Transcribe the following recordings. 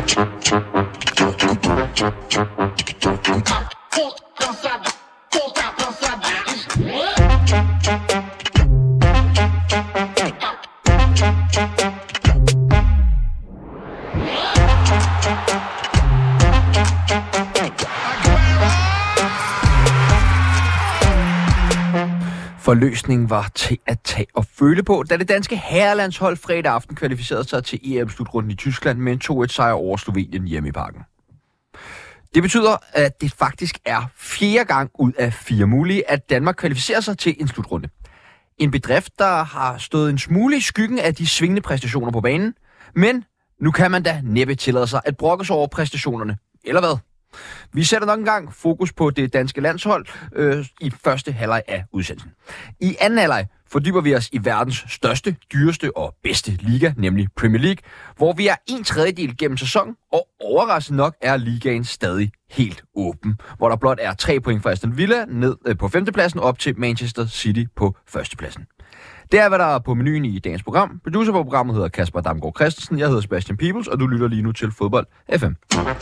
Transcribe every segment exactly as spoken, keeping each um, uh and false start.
Forløsningen var til at tage og føle på, da det danske herrelandshold fredag aften kvalificerede sig til E M-slutrunden i Tyskland med en to et sejr over Slovenien hjemme i Parken. Det betyder, at det faktisk er fjerde gang ud af fire mulige, at Danmark kvalificerer sig til en slutrunde. En bedrift, der har stået en smule i skyggen af de svingende præstationer på banen, men nu kan man da næppe tillade sig at brokke sig over præstationerne, eller hvad? Vi sætter nok engang fokus på det danske landshold øh, i første halvleg af udsendelsen. I anden halvleg fordyber vi os i verdens største, dyreste og bedste liga, nemlig Premier League, hvor vi er en tredjedel gennem sæsonen, og overraskende nok er ligaen stadig helt åben, hvor der blot er tre point fra Aston Villa ned øh, på femtepladsen op til Manchester City på førstepladsen. Det er, hvad der er på menuen i dagens program. Producer på programmet hedder Kasper Damgaard Christensen, jeg hedder Sebastian Peebles, og du lytter lige nu til Fodbold F M.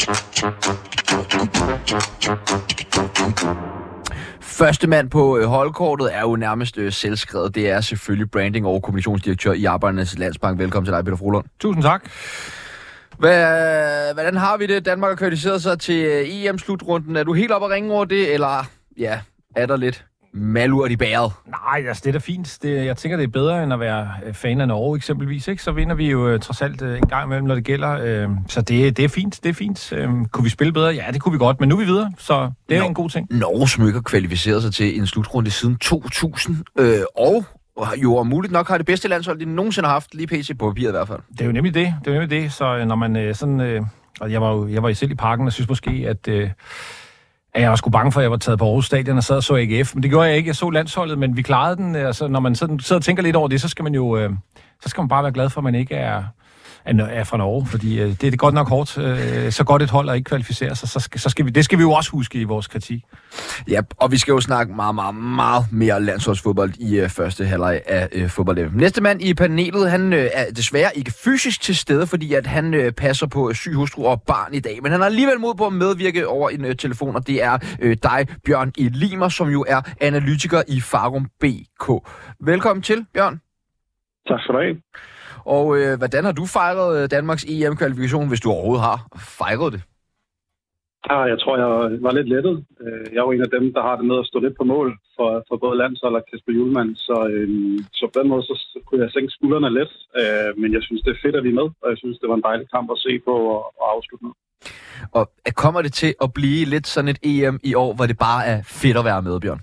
Første mand på holdkortet er jo nærmest øh, selvskrevet. Det er selvfølgelig branding- og kommunikationsdirektør i Arbejdernes Landsbank. Velkommen til dig, Peter Frohlund. Tusind tak. Hvad, hvordan har vi det? Danmark har kvalificeret sig til E M-slutrunden. Er du helt oppe at ringe over det, eller ja, er der lidt malurt i bæret? Nej, altså det er da fint. Det, jeg tænker, det er bedre end at være fan af Norge eksempelvis. Ikke? Så vinder vi jo uh, trods alt uh, en gang imellem, når det gælder. Uh, så det, det er fint. Det er fint. Uh, kunne vi spille bedre? Ja, det kunne vi godt. Men nu er vi videre, så det er Nå, en god ting. Norge smykker kvalificeret sig til en slutrunde siden to tusind, øh, og jo om muligt nok har det bedste landshold, de nogensinde har haft, lige pt. På papiret i hvert fald. Det er jo nemlig det. Det er jo nemlig det. Så uh, når man uh, sådan... Uh, og jeg var jo jeg var selv i Parken og synes måske, at... Uh, Jeg var sgu bange for, at jeg var taget på Aarhus Stadion og sad og så A G F, men det gjorde jeg ikke. Jeg så landsholdet, men vi klarede den. Altså, når man sådan, sidder og tænker lidt over det, så skal man jo øh, så skal man bare være glad for, at man ikke er, er fra Norge, fordi øh, det er det godt nok hårdt. Øh, så godt et hold og ikke kvalificere sig, så skal, så skal vi, det skal vi jo også huske i vores kritik. Ja, og vi skal jo snakke meget, meget, meget mere landsholdsfodbold i øh, første halvleg af øh, fodbold. Næste mand i panelet, han øh, er desværre ikke fysisk til stede, fordi at han øh, passer på syg hustru og barn i dag. Men han har alligevel mod på at medvirke over en øh, telefon, og det er øh, dig, Bjørn E. Limer, som jo er analytiker i Farum B K. Velkommen til, Bjørn. Tak skal du have. Og øh, hvordan har du fejret Danmarks E M-kvalifikation, hvis du overhovedet har fejret det? Ja, jeg tror, jeg var lidt lettet. Jeg er jo en af dem, der har det med at stå lidt på mål for, for både landshold og Kasper Hjulmand. Så, øh, så på den måde, så, så kunne jeg sænke skuldrene lidt. Øh, men jeg synes, det er fedt, at vi er med, og jeg synes, det var en dejlig kamp at se på og, og afslutte med. Og kommer det til at blive lidt sådan et E M i år, hvor det bare er fedt at være med, Bjørn?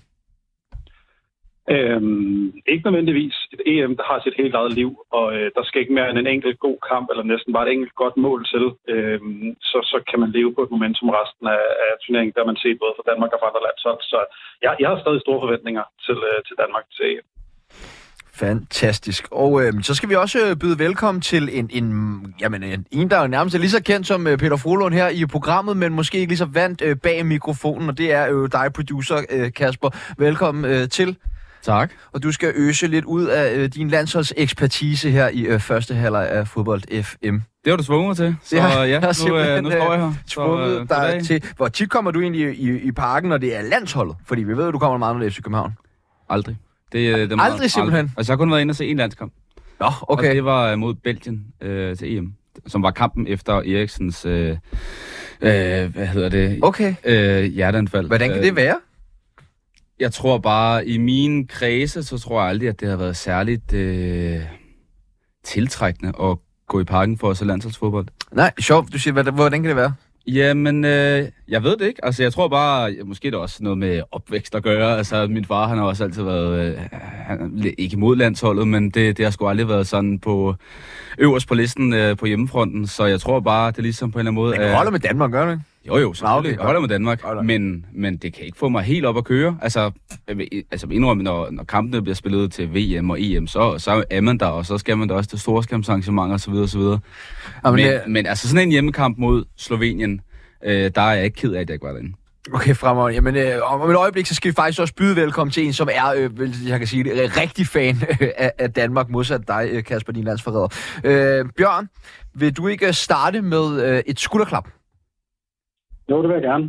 Øhm, ikke nødvendigvis. Et E M, der har sit helt eget liv, og øh, der skal ikke mere end en enkelt god kamp, eller næsten bare et enkelt godt mål til. Øhm, så, så kan man leve på et momentum resten af, af turneringen, der man set både for Danmark og for andre landshold. Så jeg, jeg har stadig store forventninger til, øh, til Danmark til E M. Fantastisk. Og øh, så skal vi også byde velkommen til en, en, jamen, en, en, der er jo nærmest lige så kendt som øh, Peter Frohlund her i programmet, men måske ikke lige så vant øh, bag mikrofonen, og det er jo dig, producer øh, Kasper. Velkommen øh, til. Tak. Og du skal øse lidt ud af øh, din landsholdsekspertise her i øh, første halvleg af Fodbold F M. Det var du tvunget mig til, så ja, ja nu, øh, nu står jeg her. Så, øh, dig til. Hvor tit kommer du egentlig i, i parken, når det er landsholdet? Fordi vi ved, at du kommer meget, når det er F C København. Aldrig. Det, det aldrig meget, simpelthen? Aldrig. Altså, jeg har kun været inde og se en landskamp. Nå, okay. Og det var mod Belgien øh, til E M, som var kampen efter Eriksens, øh, øh, hvad hedder det? Okay. Øh, hjerteanfald. Hvordan kan det være? Jeg tror bare, i mine kredse, så tror jeg aldrig, at det har været særligt øh, tiltrækkende at gå i parken for at se landsholdsfodbold. Nej, sjovt. Du siger, hvordan kan det være? Jamen, øh, jeg ved det ikke. Altså, jeg tror bare, måske det er også noget med opvækst at gøre. Altså, min far, han har også altid været, øh, han, ikke imod landsholdet, men det, det har sgu aldrig været sådan på øverst på listen øh, på hjemmefronten. Så jeg tror bare, det er ligesom på en eller anden måde... Men du holder med Danmark, gør du ikke? Jo, jo, selvfølgelig. Okay, jeg holder med Danmark, okay. men, men det kan ikke få mig helt op at køre. Altså, altså indrømme, når, når kampene bliver spillet til V M og E M, så, så er man der, og så skal man da også til storskærmsarrangementer osv. osv. Jamen, men, det... men altså sådan en hjemmekamp mod Slovenien, øh, der er jeg ikke ked af, at jeg ikke var derinde. Okay, fremover. Jamen, øh, om et øjeblik, så skal vi faktisk også byde velkommen til en, som er, øh, jeg kan sige det, rigtig fan af, af Danmark, modsat dig, Kasper, din landsforræder. Øh, Bjørn, vil du ikke starte med øh, et skulderklap? Jo, det vil jeg gerne.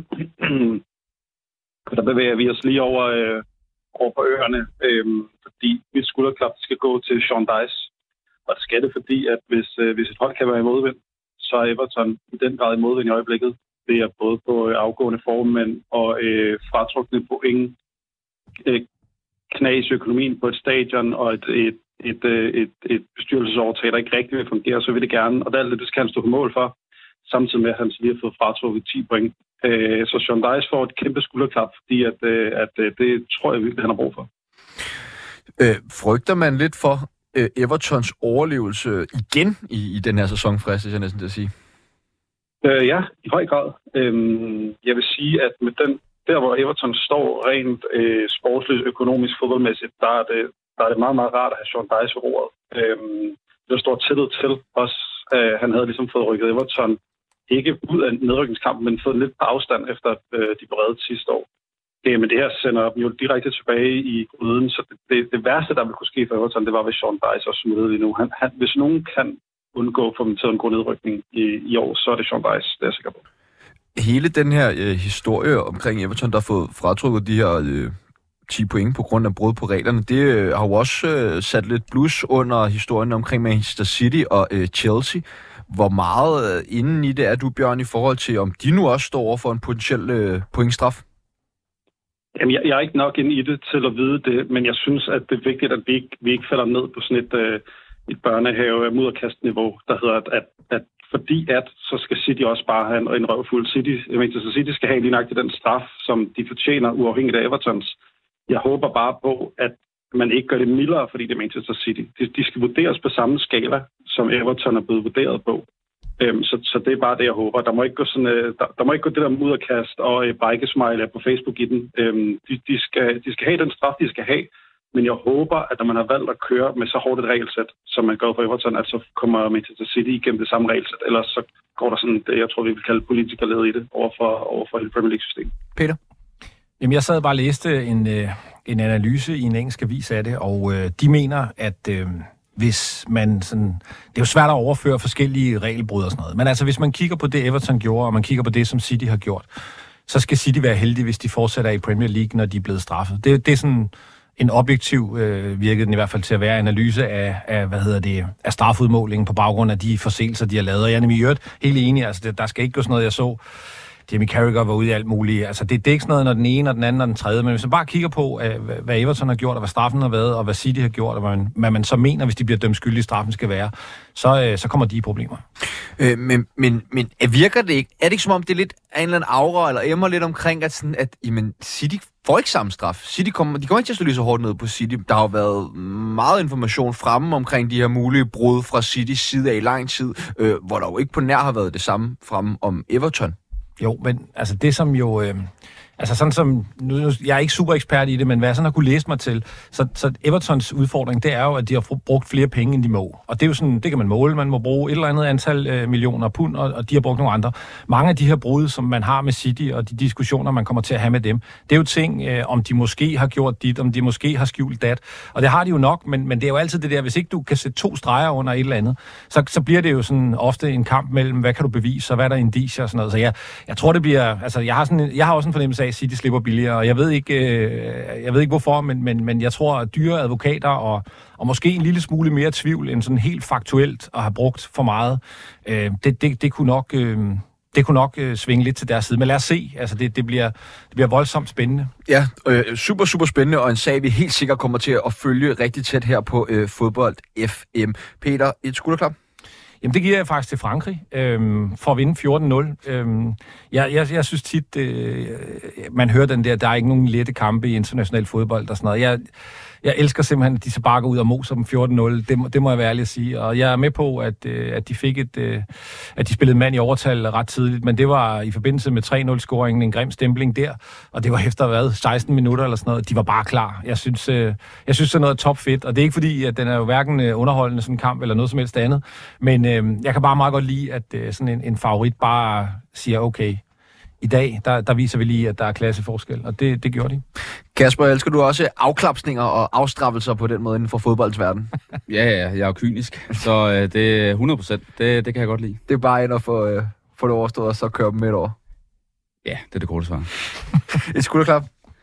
Der bevæger vi os lige over, øh, over på øerne, øh, fordi mit skulderklap skal gå til Sean Dyche. Og det skal det, fordi at hvis, øh, hvis et hold kan være i modvind, så er Everton i den grad i modvind i øjeblikket. Det er både på øh, afgående formænd og øh, fratrukne point, øh, knas i økonomien på et stadion og et, et, et, et, et, et bestyrelsesovertag, der ikke rigtig vil fungere, så vil det gerne. Og det, alt det, det skal han stå på mål for, samtidig med, at han lige har fået fratrukket ti point. Øh, så Sean Dyche får et kæmpe skulderklap, fordi at, øh, at, øh, det tror jeg virkelig, han har brug for. Øh, frygter man lidt for øh, Evertons overlevelse igen i, i den her sæson, fristes jeg næsten til at sige? Øh, ja, i høj grad. Øhm, jeg vil sige, at med den, der hvor Everton står rent øh, sportsligt, økonomisk, fodboldmæssigt, der er, det, der er det meget, meget rart at have Sean Dyche ved roret. Øhm, der står tillid til også. Øh, han havde ligesom fået rykket Everton ikke ud af nedrykningskampen, men fået lidt på afstand efter øh, de blev reddet sidste år. Øh, men det her sender dem jo direkte tilbage i gryden, så det, det, det værste, der ville kunne ske for Everton, det var, hvis Sean Dyche også smuttede lige nu. Han, han, hvis nogen kan undgå for dem til en god nedrykning i, i år, så er det Sean Dyche, det er jeg sikker på. Hele den her øh, historie omkring Everton, der har fået fratrukket de her øh, ti point på grund af brud på reglerne, det øh, har jo også øh, sat lidt blus under historien omkring Manchester City og øh, Chelsea. Hvor meget øh, inden i det er du, Bjørn, i forhold til, om de nu også står over for en potentiel øh, pointstraf? Jamen, jeg, jeg er ikke nok inde i det til at vide det, men jeg synes, at det er vigtigt, at vi ikke, vi ikke falder ned på sådan et... Øh, et børnehave-mudderkastniveau, der hedder, at, at, at fordi at, så skal City også bare have en, en røvfuld City. Manchester City skal have lige nøjagtigt den straf, som de fortjener, uafhængigt af Evertons. Jeg håber bare på, at man ikke gør det mildere, fordi det er Manchester City. De, de skal vurderes på samme skala, som Everton er blevet vurderet på. Øhm, så, så det er bare det, jeg håber. Der må ikke gå, sådan, øh, der, der må ikke gå det der mudderkast og øh, bike-smile på Facebook i den. Øhm, de, de, skal, de skal have den straf, de skal have. Men jeg håber, at når man har valgt at køre med så hårdt et regelsæt, som man gør for Everton, at så kommer Manchester City igennem det samme regelsæt. Ellers så går der sådan det, jeg tror, vi vil kalde politikerled i det, overfor, overfor hele Premier League-systemet. Peter? Jamen, jeg sad bare og læste en, øh, en analyse i en engelsk avis af det, og øh, de mener, at øh, hvis man sådan... Det er jo svært at overføre forskellige regelbrud og sådan noget, men altså, hvis man kigger på det, Everton gjorde, og man kigger på det, som City har gjort, så skal City være heldige, hvis de fortsætter i Premier League, når de er blevet straffet. Det, det er sådan... En objektiv øh, virkede den i hvert fald til at være analyse af, af hvad hedder det, af strafudmålingen på baggrund af de forseelser, de har lavet. Og jeg er nemlig hørt helt enig, altså det, der skal ikke gå sådan noget, jeg så. Jamie Carragher var ude i alt muligt. Altså det, det er ikke sådan noget, når den ene og den anden og den tredje, men hvis man bare kigger på, øh, hvad Everton har gjort, og hvad straffen har været, og hvad City har gjort, og hvad man, hvad man så mener, hvis de bliver dømt skyldige, straffen skal være, så, øh, så kommer de i problemer. Øh, men, men, men virker det ikke? Er det ikke som om, det er lidt en eller anden aura, eller emmer lidt omkring, at, sådan, at jamen, City får ikke samme straf. City kommer, de kommer ikke til at stå lige så hårdt ned på City. Der har jo været meget information fremme omkring de her mulige brud fra Citys side af i lang tid, øh, hvor der jo ikke på nær har været det samme fremme om Everton. Jo, men altså det som jo... Øh, altså sådan som... Nu, jeg er ikke super ekspert i det, men hvad jeg sådan har kunne læse mig til, så, så Evertons udfordring, det er jo, at de har brugt flere penge, end de må. Og det er jo sådan, det kan man måle. Man må bruge et eller andet antal øh, millioner pund, og, og de har brugt nogle andre. Mange af de her brud, som man har med City, og de diskussioner, man kommer til at have med dem, det er jo ting, øh, om de måske har gjort dit, om de måske har skjult dat. Og det har de jo nok, men, men det er jo altid det der, hvis ikke du kan sætte to streger under et eller andet, så, så bliver det jo sådan ofte en kamp mellem, hvad kan du bevise, og hvad er der indicier og sådan noget. Så jeg, jeg tror, det bliver... Altså, jeg har, sådan, jeg har også en fornemmelse af, at City slipper billigere, og jeg ved ikke, øh, jeg ved ikke hvorfor, men, men, men jeg tror, at dyre advokater og, og måske en lille smule mere tvivl end sådan helt faktuelt at have brugt for meget, øh, det, det, det kunne nok, øh, det kunne nok øh, svinge lidt til deres side. Men lad os se, altså det, det, bliver, det bliver voldsomt spændende. Ja, øh, super, super spændende, og en sag, vi helt sikkert kommer til at følge rigtig tæt her på øh, Fodbold F M. Peter, et skulderklap? Jamen, det giver jeg faktisk til Frankrig, øhm, for at vinde fjorten nul. Øhm, jeg, jeg, jeg synes tit, øh, man hører den der, der er ikke nogen lette kampe i international fodbold og sådan noget. Jeg, jeg elsker simpelthen, at de så bare går ud og moser dem fjorten nul. Det, det må jeg være ærlig at sige. Og jeg er med på, at, øh, at de fik et, øh, at de spillede mand i overtal ret tidligt, men det var i forbindelse med tre nul-scoringen en grim stempling der, og det var efter, hvad, seksten minutter eller sådan noget. De var bare klar. Jeg synes, øh, jeg synes, det er noget top fedt, og det er ikke fordi, at den er jo hverken underholdende sådan en kamp eller noget som helst andet, men øh, jeg kan bare meget godt lide, at øh, sådan en, en favorit bare siger, okay, i dag, der, der viser vi lige, at der er klasseforskel, og det, det gjorde de. Kasper, elsker du også afklapsninger og afstraffelser på den måde inden for fodboldens verden? Ja, ja, jeg er jo kynisk, så øh, det er hundrede procent. Det, det kan jeg godt lide. Det er bare ind at få, øh, få det overstået, og så køre dem med et år. Ja, det er det korte svar. Et skulderklap?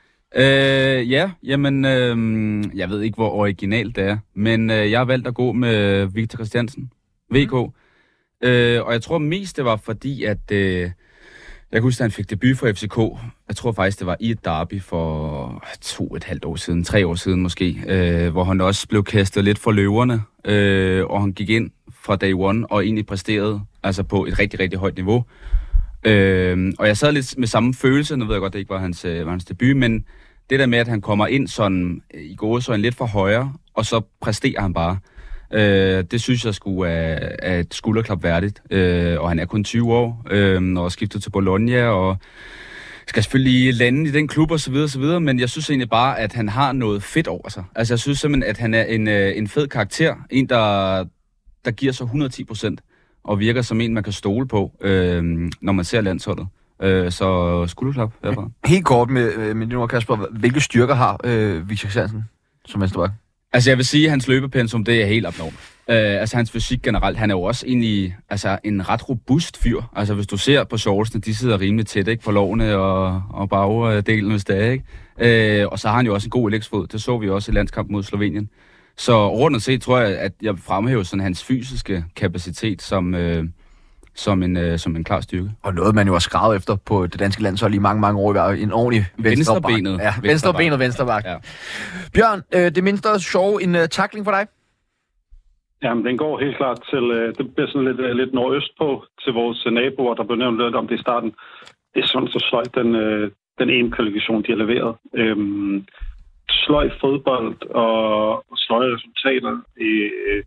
Øh, ja, jamen, øh, jeg ved ikke, hvor originalt det er, men øh, jeg har valgt at gå med Victor Christiansen, V K. Mm. Øh, og jeg tror mest, det var fordi, at øh, jeg kan huske, at han fik debut for F C K. Jeg tror faktisk, det var i et derby for to og et halvt år siden, tre år siden måske, øh, hvor han også blev kastet lidt for løverne, øh, og han gik ind fra day one og egentlig præsterede altså på et rigtig, rigtig højt niveau. Øh, og jeg sad lidt med samme følelse, nu ved jeg godt, det ikke var hans, øh, var hans debut, men det der med, at han kommer ind sådan i gåsøjne lidt for højre, og så præsterer han bare. Øh, det synes jeg skulle er, er et skulderklap værdigt, øh, og han er kun tyve år, øh, og skiftet til Bologna, og skal selvfølgelig lande i den klub og så videre, så videre, men jeg synes egentlig bare, at han har noget fedt over sig. Altså jeg synes simpelthen, at han er en, en fed karakter, en der, der giver sig hundrede og ti procent, og virker som en, man kan stole på, øh, når man ser landsholdet. Øh, så skulderklap herfra. Helt kort med, med din ord, Kasper, hvilke styrker har øh, Victor Christiansen som venstreback? Altså jeg vil sige, at hans løbepensum, det er helt abnormt. Uh, altså hans fysik generelt, han er jo også egentlig altså, en ret robust fyr. Altså hvis du ser på shortsene, de sidder rimelig tæt, ikke? På lårene og, og bagdelen, hvis det er, ikke? Uh, og så har han jo også en god lægsfod. Det så vi også i landskampen mod Slovenien. Så rundt set tror jeg, at jeg fremhæver sådan hans fysiske kapacitet som, uh, som, en, uh, som en klar styrke. Og noget, man jo har skrevet efter på det danske landshold i mange, mange år, var en ordentlig venstreback. Venstrebenet. Ja, venstrebenet venstreback. Ja. Bjørn, øh, det mindste sjove en uh, tackling for dig? Jamen, den går helt klart til, øh, det bliver sådan lidt, øh, lidt nordøst på, til vores øh, naboer, der blev nævnt lidt om det i starten. Det er sådan så sløjt, den, øh, den ene kvalifikation, de har leveret. Øhm, sløj fodbold og, og sløje resultater. Øh,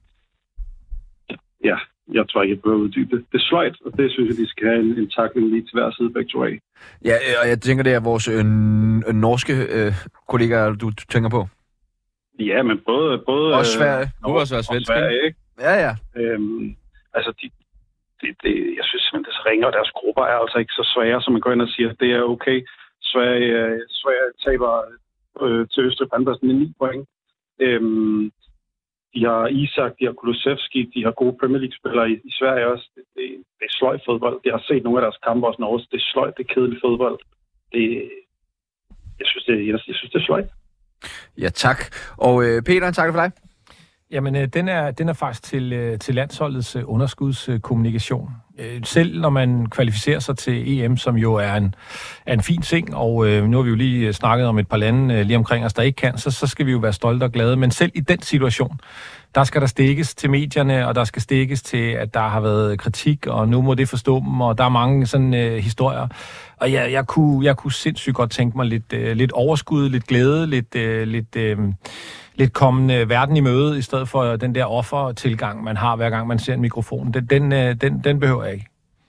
ja, jeg tror ikke, jeg behøver uddybe det. Det er sløjt, og det synes jeg, de skal have en, en tackling lige til hver side begge to af. Ja, og jeg tænker, det er vores øh, norske øh, kollegaer, du tænker på. Ja, men både... både også Sverige. Du øh, også være svensk, ikke? Ja, ja. Øhm, altså, de, det, det, jeg synes simpelthen, det ringer, og deres grupper er altså ikke så svære, som man går ind og siger, at det er okay. Sverige, Sverige taber øh, til Østrig på andenpladsen i ni point. Øhm, de har Isak, de har Kulusevski, de har gode Premier League-spillere i, i Sverige også. Det, det, det er sløjt fodbold. Jeg har set nogle af deres kampe også også. Det er sløjt, det er kedelig fodbold. Det, jeg, synes, det, jeg, jeg synes, det er sløjt. Ja, tak. Og øh, Peter, tak for dig. Jamen, øh, den, er, den er faktisk til, øh, til landsholdets øh, underskudskommunikation. Øh, selv når man kvalificerer sig til E M, som jo er en, er en fin ting, og øh, nu har vi jo lige snakket om et par lande øh, lige omkring os, der ikke kan, så, så skal vi jo være stolte og glade. Men selv i den situation, der skal der stikkes til medierne, og der skal stikkes til, at der har været kritik, og nu må det forstå dem, og der er mange sådan øh, historier. Og jeg, jeg, kunne, jeg kunne sindssygt godt tænke mig lidt, øh, lidt overskud, lidt glæde, lidt, øh, lidt, øh, lidt kommende verden i møde, i stedet for den der offertilgang, man har, hver gang man ser en mikrofon. Den, den, øh, den, den behøver jeg ikke.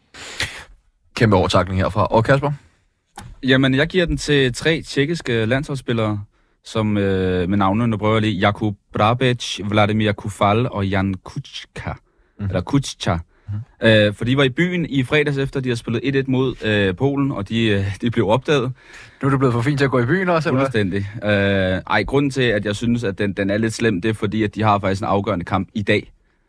Kæmpe overtakling herfra. Og Kasper? Jamen, jeg giver den til tre tjekkiske landsholdsspillere, som øh, med navnene prøver lige. Jakub Brabec, Vladimir Kufal og Jan Kučka. Mm. Eller Kučka. Mm. Øh, for de var i byen i fredags efter, de har spillet et et mod øh, Polen, og de, øh, de blev opdaget. Nu er du blevet for fint til at gå i byen også, eller hvad? Fuldstændig. Øh, ej, grunden til, at jeg synes, at den, den er lidt slem, det er fordi, at de har faktisk en afgørende kamp i dag.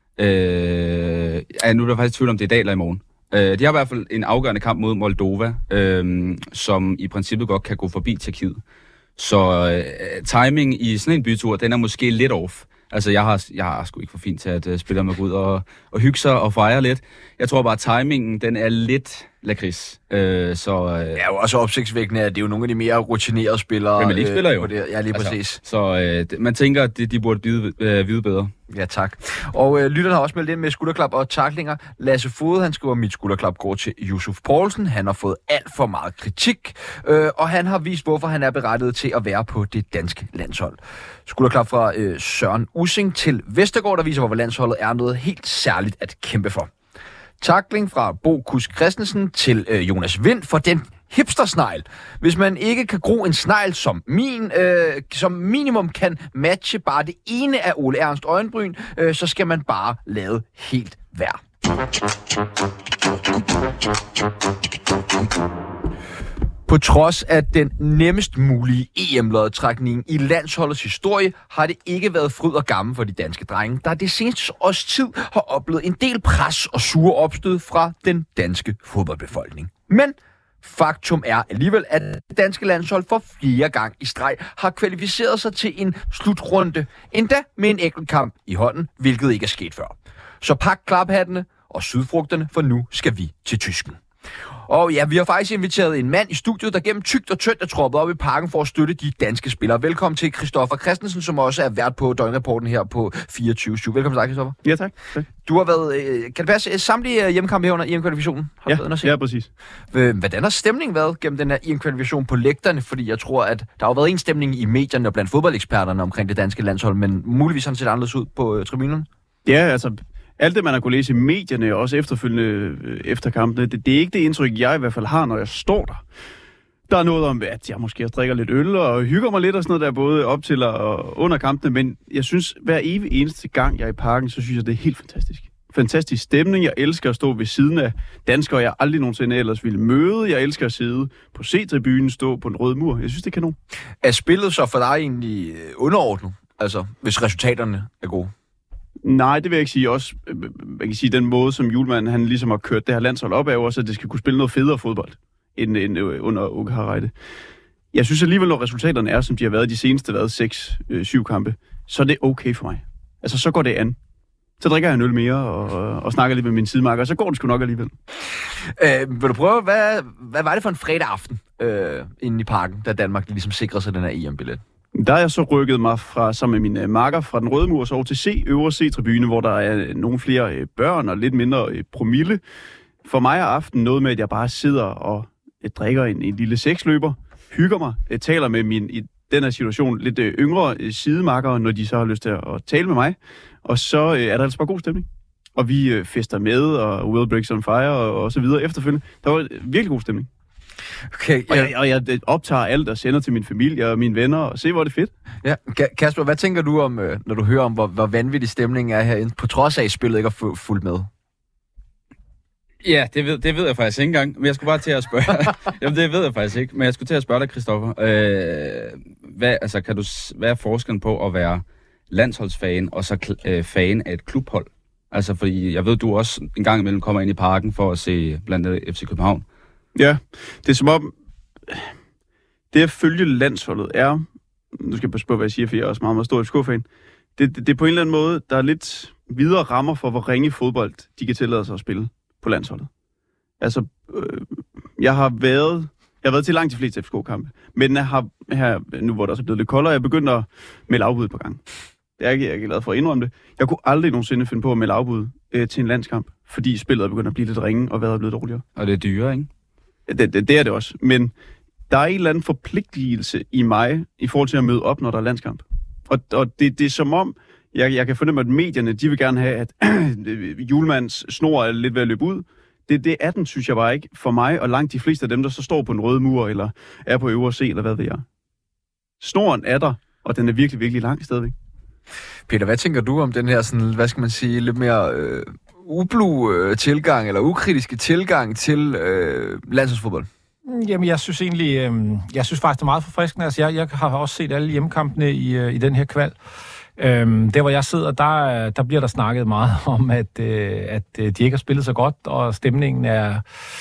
Øh, ja, nu er der faktisk tvivl om, det er i dag eller i morgen. Øh, de har i hvert fald en afgørende kamp mod Moldova, øh, som i princippet godt kan gå forbi Tjekkiet. Så øh, timing i sådan en bytur, den er måske lidt off. Altså, jeg har, jeg har sgu ikke for fint til at uh, spille mig ud og, og hygge sig og fejre lidt. Jeg tror bare, at timingen, den er lidt lakrids. Øh, så, øh, ja, og også opsigtsvækkende, at det er jo nogle af de mere rutinerede spillere. Men man ikke spiller jo. På det. Ja, lige altså, præcis. Så øh, man tænker, at de, de burde vide, øh, vide bedre. Ja, tak. Og øh, lytterne har også meldt ind med skulderklap og tacklinger. Lasse Fode, han skriver, mit skulderklap går til Yusuf Poulsen. Han har fået alt for meget kritik, øh, og han har vist, hvorfor han er berettiget til at være på det danske landshold. Skulderklap fra øh, Søren Ussing til Vestergaard, der viser, hvorfor landsholdet er noget helt særligt at kæmpe for. Tackling fra Bo Kusk Christensen til øh, Jonas Vind for den hipstersnegl. Hvis man ikke kan gro en snegl som min, øh, som minimum kan matche bare det ene af Ole Ernst øjenbryn, øh, så skal man bare lade helt være. På trods af den nemmest mulige E M-lodtrækning i landsholdets historie, har det ikke været fryd og gammel for de danske drenge, der det seneste års tid har oplevet en del pres og sure opstød fra den danske fodboldbefolkning. Men faktum er alligevel, at det danske landshold for fjerde gang i streg har kvalificeret sig til en slutrunde, endda med en enkelt kamp i hånden, hvilket ikke er sket før. Så pak klaphattene og sydfrugterne, for nu skal vi til Tysken. Og ja, vi har faktisk inviteret en mand i studiet, der gennem tykt og tyndt er troppet op i parken for at støtte de danske spillere. Velkommen til Christoffer Christensen, som også er vært på døgnrapporten her på fireogtyve syv. Velkommen til dig, Christoffer. Ja, tak. tak. Du har været, øh, kan det passe, samtlige hjemmekampe her under E M-kvalifikationen? Har ja, du været ja, præcis. Hvordan har stemningen været gennem den her E M-kvalifikation på lægterne? Fordi jeg tror, at der har jo været en stemning i medierne og blandt fodboldeksperterne omkring det danske landshold, men muligvis har det set anderledes ud på øh, tribunerne? Ja, altså alt det, man har kunnet læse i medierne, og også efterfølgende øh, efter kampene, det, det er ikke det indtryk, jeg i hvert fald har, når jeg står der. Der er noget om, at jeg måske drikker lidt øl og hygger mig lidt og sådan noget der, både op til og under kampene, men jeg synes, hver evig eneste gang, jeg er i parken, så synes jeg, det er helt fantastisk. Fantastisk stemning. Jeg elsker at stå ved siden af danskere, jeg aldrig nogensinde ellers ville møde. Jeg elsker at sidde på C-tribunen, stå på en rød mur. Jeg synes, det er kanon. Er spillet så for dig egentlig underordnet? Altså, hvis resultaterne er gode? Nej, det vil jeg ikke sige. Også, man kan sige, den måde, som Hjulmand, han ligesom har kørt det her landshold op, er jo også, at det skal kunne spille noget federe fodbold, end, end under Åke Hareide. Jeg synes alligevel, når resultaterne er, som de har været de seneste været seks, syv kampe, så er det okay for mig. Altså, så går det an. Så drikker jeg en øl mere og, og snakker lidt med min sidemarker, og så går det sgu nok alligevel. Øh, vil du prøve, hvad, hvad var det for en fredag aften øh, inde i parken, da Danmark ligesom sikrede sig den her E M-billet? Der er jeg så rykket mig fra, sammen med mine marker fra den røde mur så over til C, øvre C-tribune, hvor der er nogle flere børn og lidt mindre promille. For mig er aften noget med, at jeg bare sidder og drikker en, en lille seksløber, hygger mig, taler med min, i den her situation, lidt yngre sidemarker, når de så har lyst til at tale med mig. Og så er der altså bare god stemning. Og vi fester med, og Will Briggs on Fire, og, og så videre efterfølgende. Der var virkelig god stemning. Okay, og, jeg, og jeg optager alt og sender til min familie og mine venner, og se, hvor det er fedt. Ja, Kasper, hvad tænker du om, når du hører om, hvor, hvor vanvittig stemningen er herinde, på trods af, at spillet ikke er fuldt med? Ja, det ved, det ved jeg faktisk ikke engang, men jeg skulle bare til at spørge. Jamen, det ved jeg faktisk ikke, men jeg skulle til at spørge dig, Christoffer. Øh, hvad, altså, kan du, hvad er forskellen på at være landsholdsfan og så øh, fan af et klubhold? Altså, fordi jeg ved, du også en gang imellem kommer ind i parken for at se blandt andet F C København. Ja, det er som om, det at følge landsholdet er, nu skal jeg passe på, hvad jeg siger, for jeg er også meget, meget stor F C K-fan, det, det, det er på en eller anden måde, der er lidt videre rammer for, hvor ringe fodbold de kan tillade sig at spille på landsholdet. Altså, øh, jeg har været, jeg har været til langt de fleste F C K-kampe, men jeg har her, nu hvor der også er blevet lidt koldere, jeg begyndte at melde afbud på gang. Jeg er ikke, jeg er ikke glad for at indrømme det. Jeg kunne aldrig nogensinde finde på at melde afbud øh, til en landskamp, fordi spillet er begyndt at blive lidt ringe, og vejret er blevet dårligere. Og det er dyre, ikke? Det, det, det er det også, men der er en eller anden forpligtelse i mig i forhold til at møde op, når der er landskamp. Og, og det, det er som om, jeg, jeg kan fornemme, at medierne, de vil gerne have, at Hjulmands snor er lidt ved at løbe ud. Det, det er den, synes jeg bare ikke, for mig, og langt de fleste af dem, der så står på en rød mur, eller er på øvre C, eller hvad ved jeg. Snoren er der, og den er virkelig, virkelig lang stadigvæk. Peter, hvad tænker du om den her, sådan, hvad skal man sige, lidt mere øh, ublu øh, tilgang, eller ukritiske tilgang til øh, landsholdsfodbold? Jamen, jeg synes egentlig, øh, jeg synes faktisk, det er meget forfriskende. Altså, jeg, jeg har også set alle hjemmekampene i, øh, i den her kval. Øhm, der hvor jeg sidder, der, der bliver der snakket meget om, at, øh, at de ikke har spillet så godt, og stemningen er,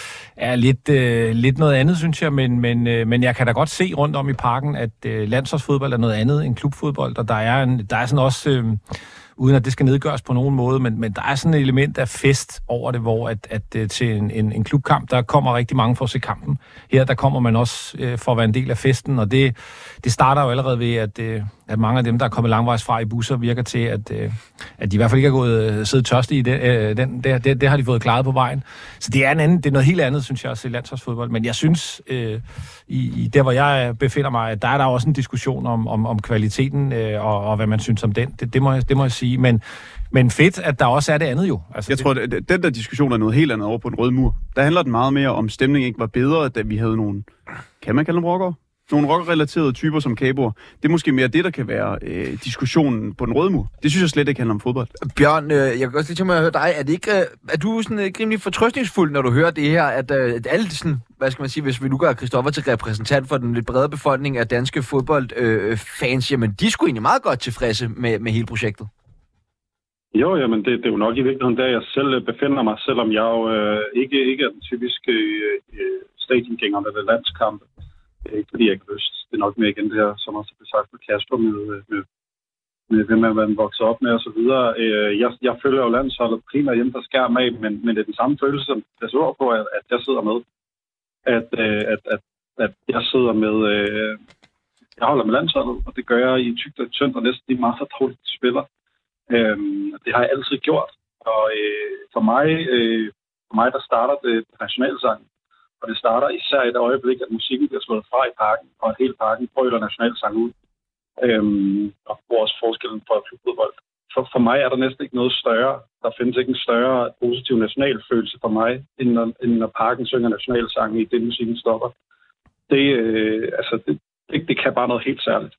er lidt, øh, lidt noget andet, synes jeg. Men, men, øh, men jeg kan da godt se rundt om i parken, at øh, landsholdsfodbold er noget andet end klubfodbold, og der er, en, der er sådan også... Øh, uden at det skal nedgøres på nogen måde, men, men der er sådan et element af fest over det, hvor at, at, at til en, en, en klubkamp, der kommer rigtig mange for at se kampen. Her, der kommer man også øh, for at være en del af festen, og det, det starter jo allerede ved, at, øh, at mange af dem, der er kommet langvejs fra i busser, virker til, at, øh, at de i hvert fald ikke har gået øh, siddet tørste i den. Øh, den det, det, det har de fået klaret på vejen. Så det er, en anden, det er noget helt andet, synes jeg, at se landsholdsfodbold. Men jeg synes, øh, i, i der hvor jeg befinder mig, der er der også en diskussion om, om, om kvaliteten øh, og, og hvad man synes om den. Det, det, må, jeg, det må jeg sige. Men, men fedt, at der også er det andet jo. Altså, jeg det... tror, at den der diskussion er noget helt andet over på den røde mur. Der handler den meget mere om, stemningen ikke var bedre, da vi havde nogle, kan man kalde dem rockere? nogle rock-relaterede typer som Caboer. Det er måske mere det, der kan være øh, diskussionen på den røde mur. Det synes jeg slet ikke handler om fodbold. Bjørn, øh, jeg kan godt lige tænke mig at høre dig. Er, det ikke, øh, er du sådan øh, rimelig fortrøstningsfuld, når du hører det her, at, øh, at alle sådan, hvad skal man sige, hvis vi nu gør Christoffer til repræsentant for den lidt brede befolkning af danske fodboldfans, øh, jamen de skulle egentlig meget godt tilfredse med, med hele projektet? Jo, jamen det, det er jo nok i virkeligheden der, jeg selv befinder mig, selvom jeg jo øh, ikke, ikke er den typiske øh, stadiongænger med landskampe. Ikke fordi jeg ikke har lyst. Det er nok mere igen det her, som også blev sagt på Kasper, med, med, med hvem man vokser op med og så videre. Jeg, jeg følger jo landsholdet primært hjemme fra skærm af, men, men det er den samme følelse, som jeg så på, at, at jeg sidder med. At, at, at, at jeg sidder med... Jeg holder med landsholdet, og det gør jeg i tygt og tyndt, og næsten de meget dårligt spiller. Det har jeg altid gjort. Og for mig, for mig der starter det nationalsangen. Og det starter især i det øjeblik, at musikken bliver slået fra i parken, og at hele parken brøler nationalsang ud. Øhm, og hvor også forskellen for klubfodbold. For, for mig er der næsten ikke noget større. Der findes ikke en større positiv nationalfølelse for mig, end når, end når parken synger nationalsangen i det, musikken stopper. Det, øh, altså, det, det, det kan bare noget helt særligt.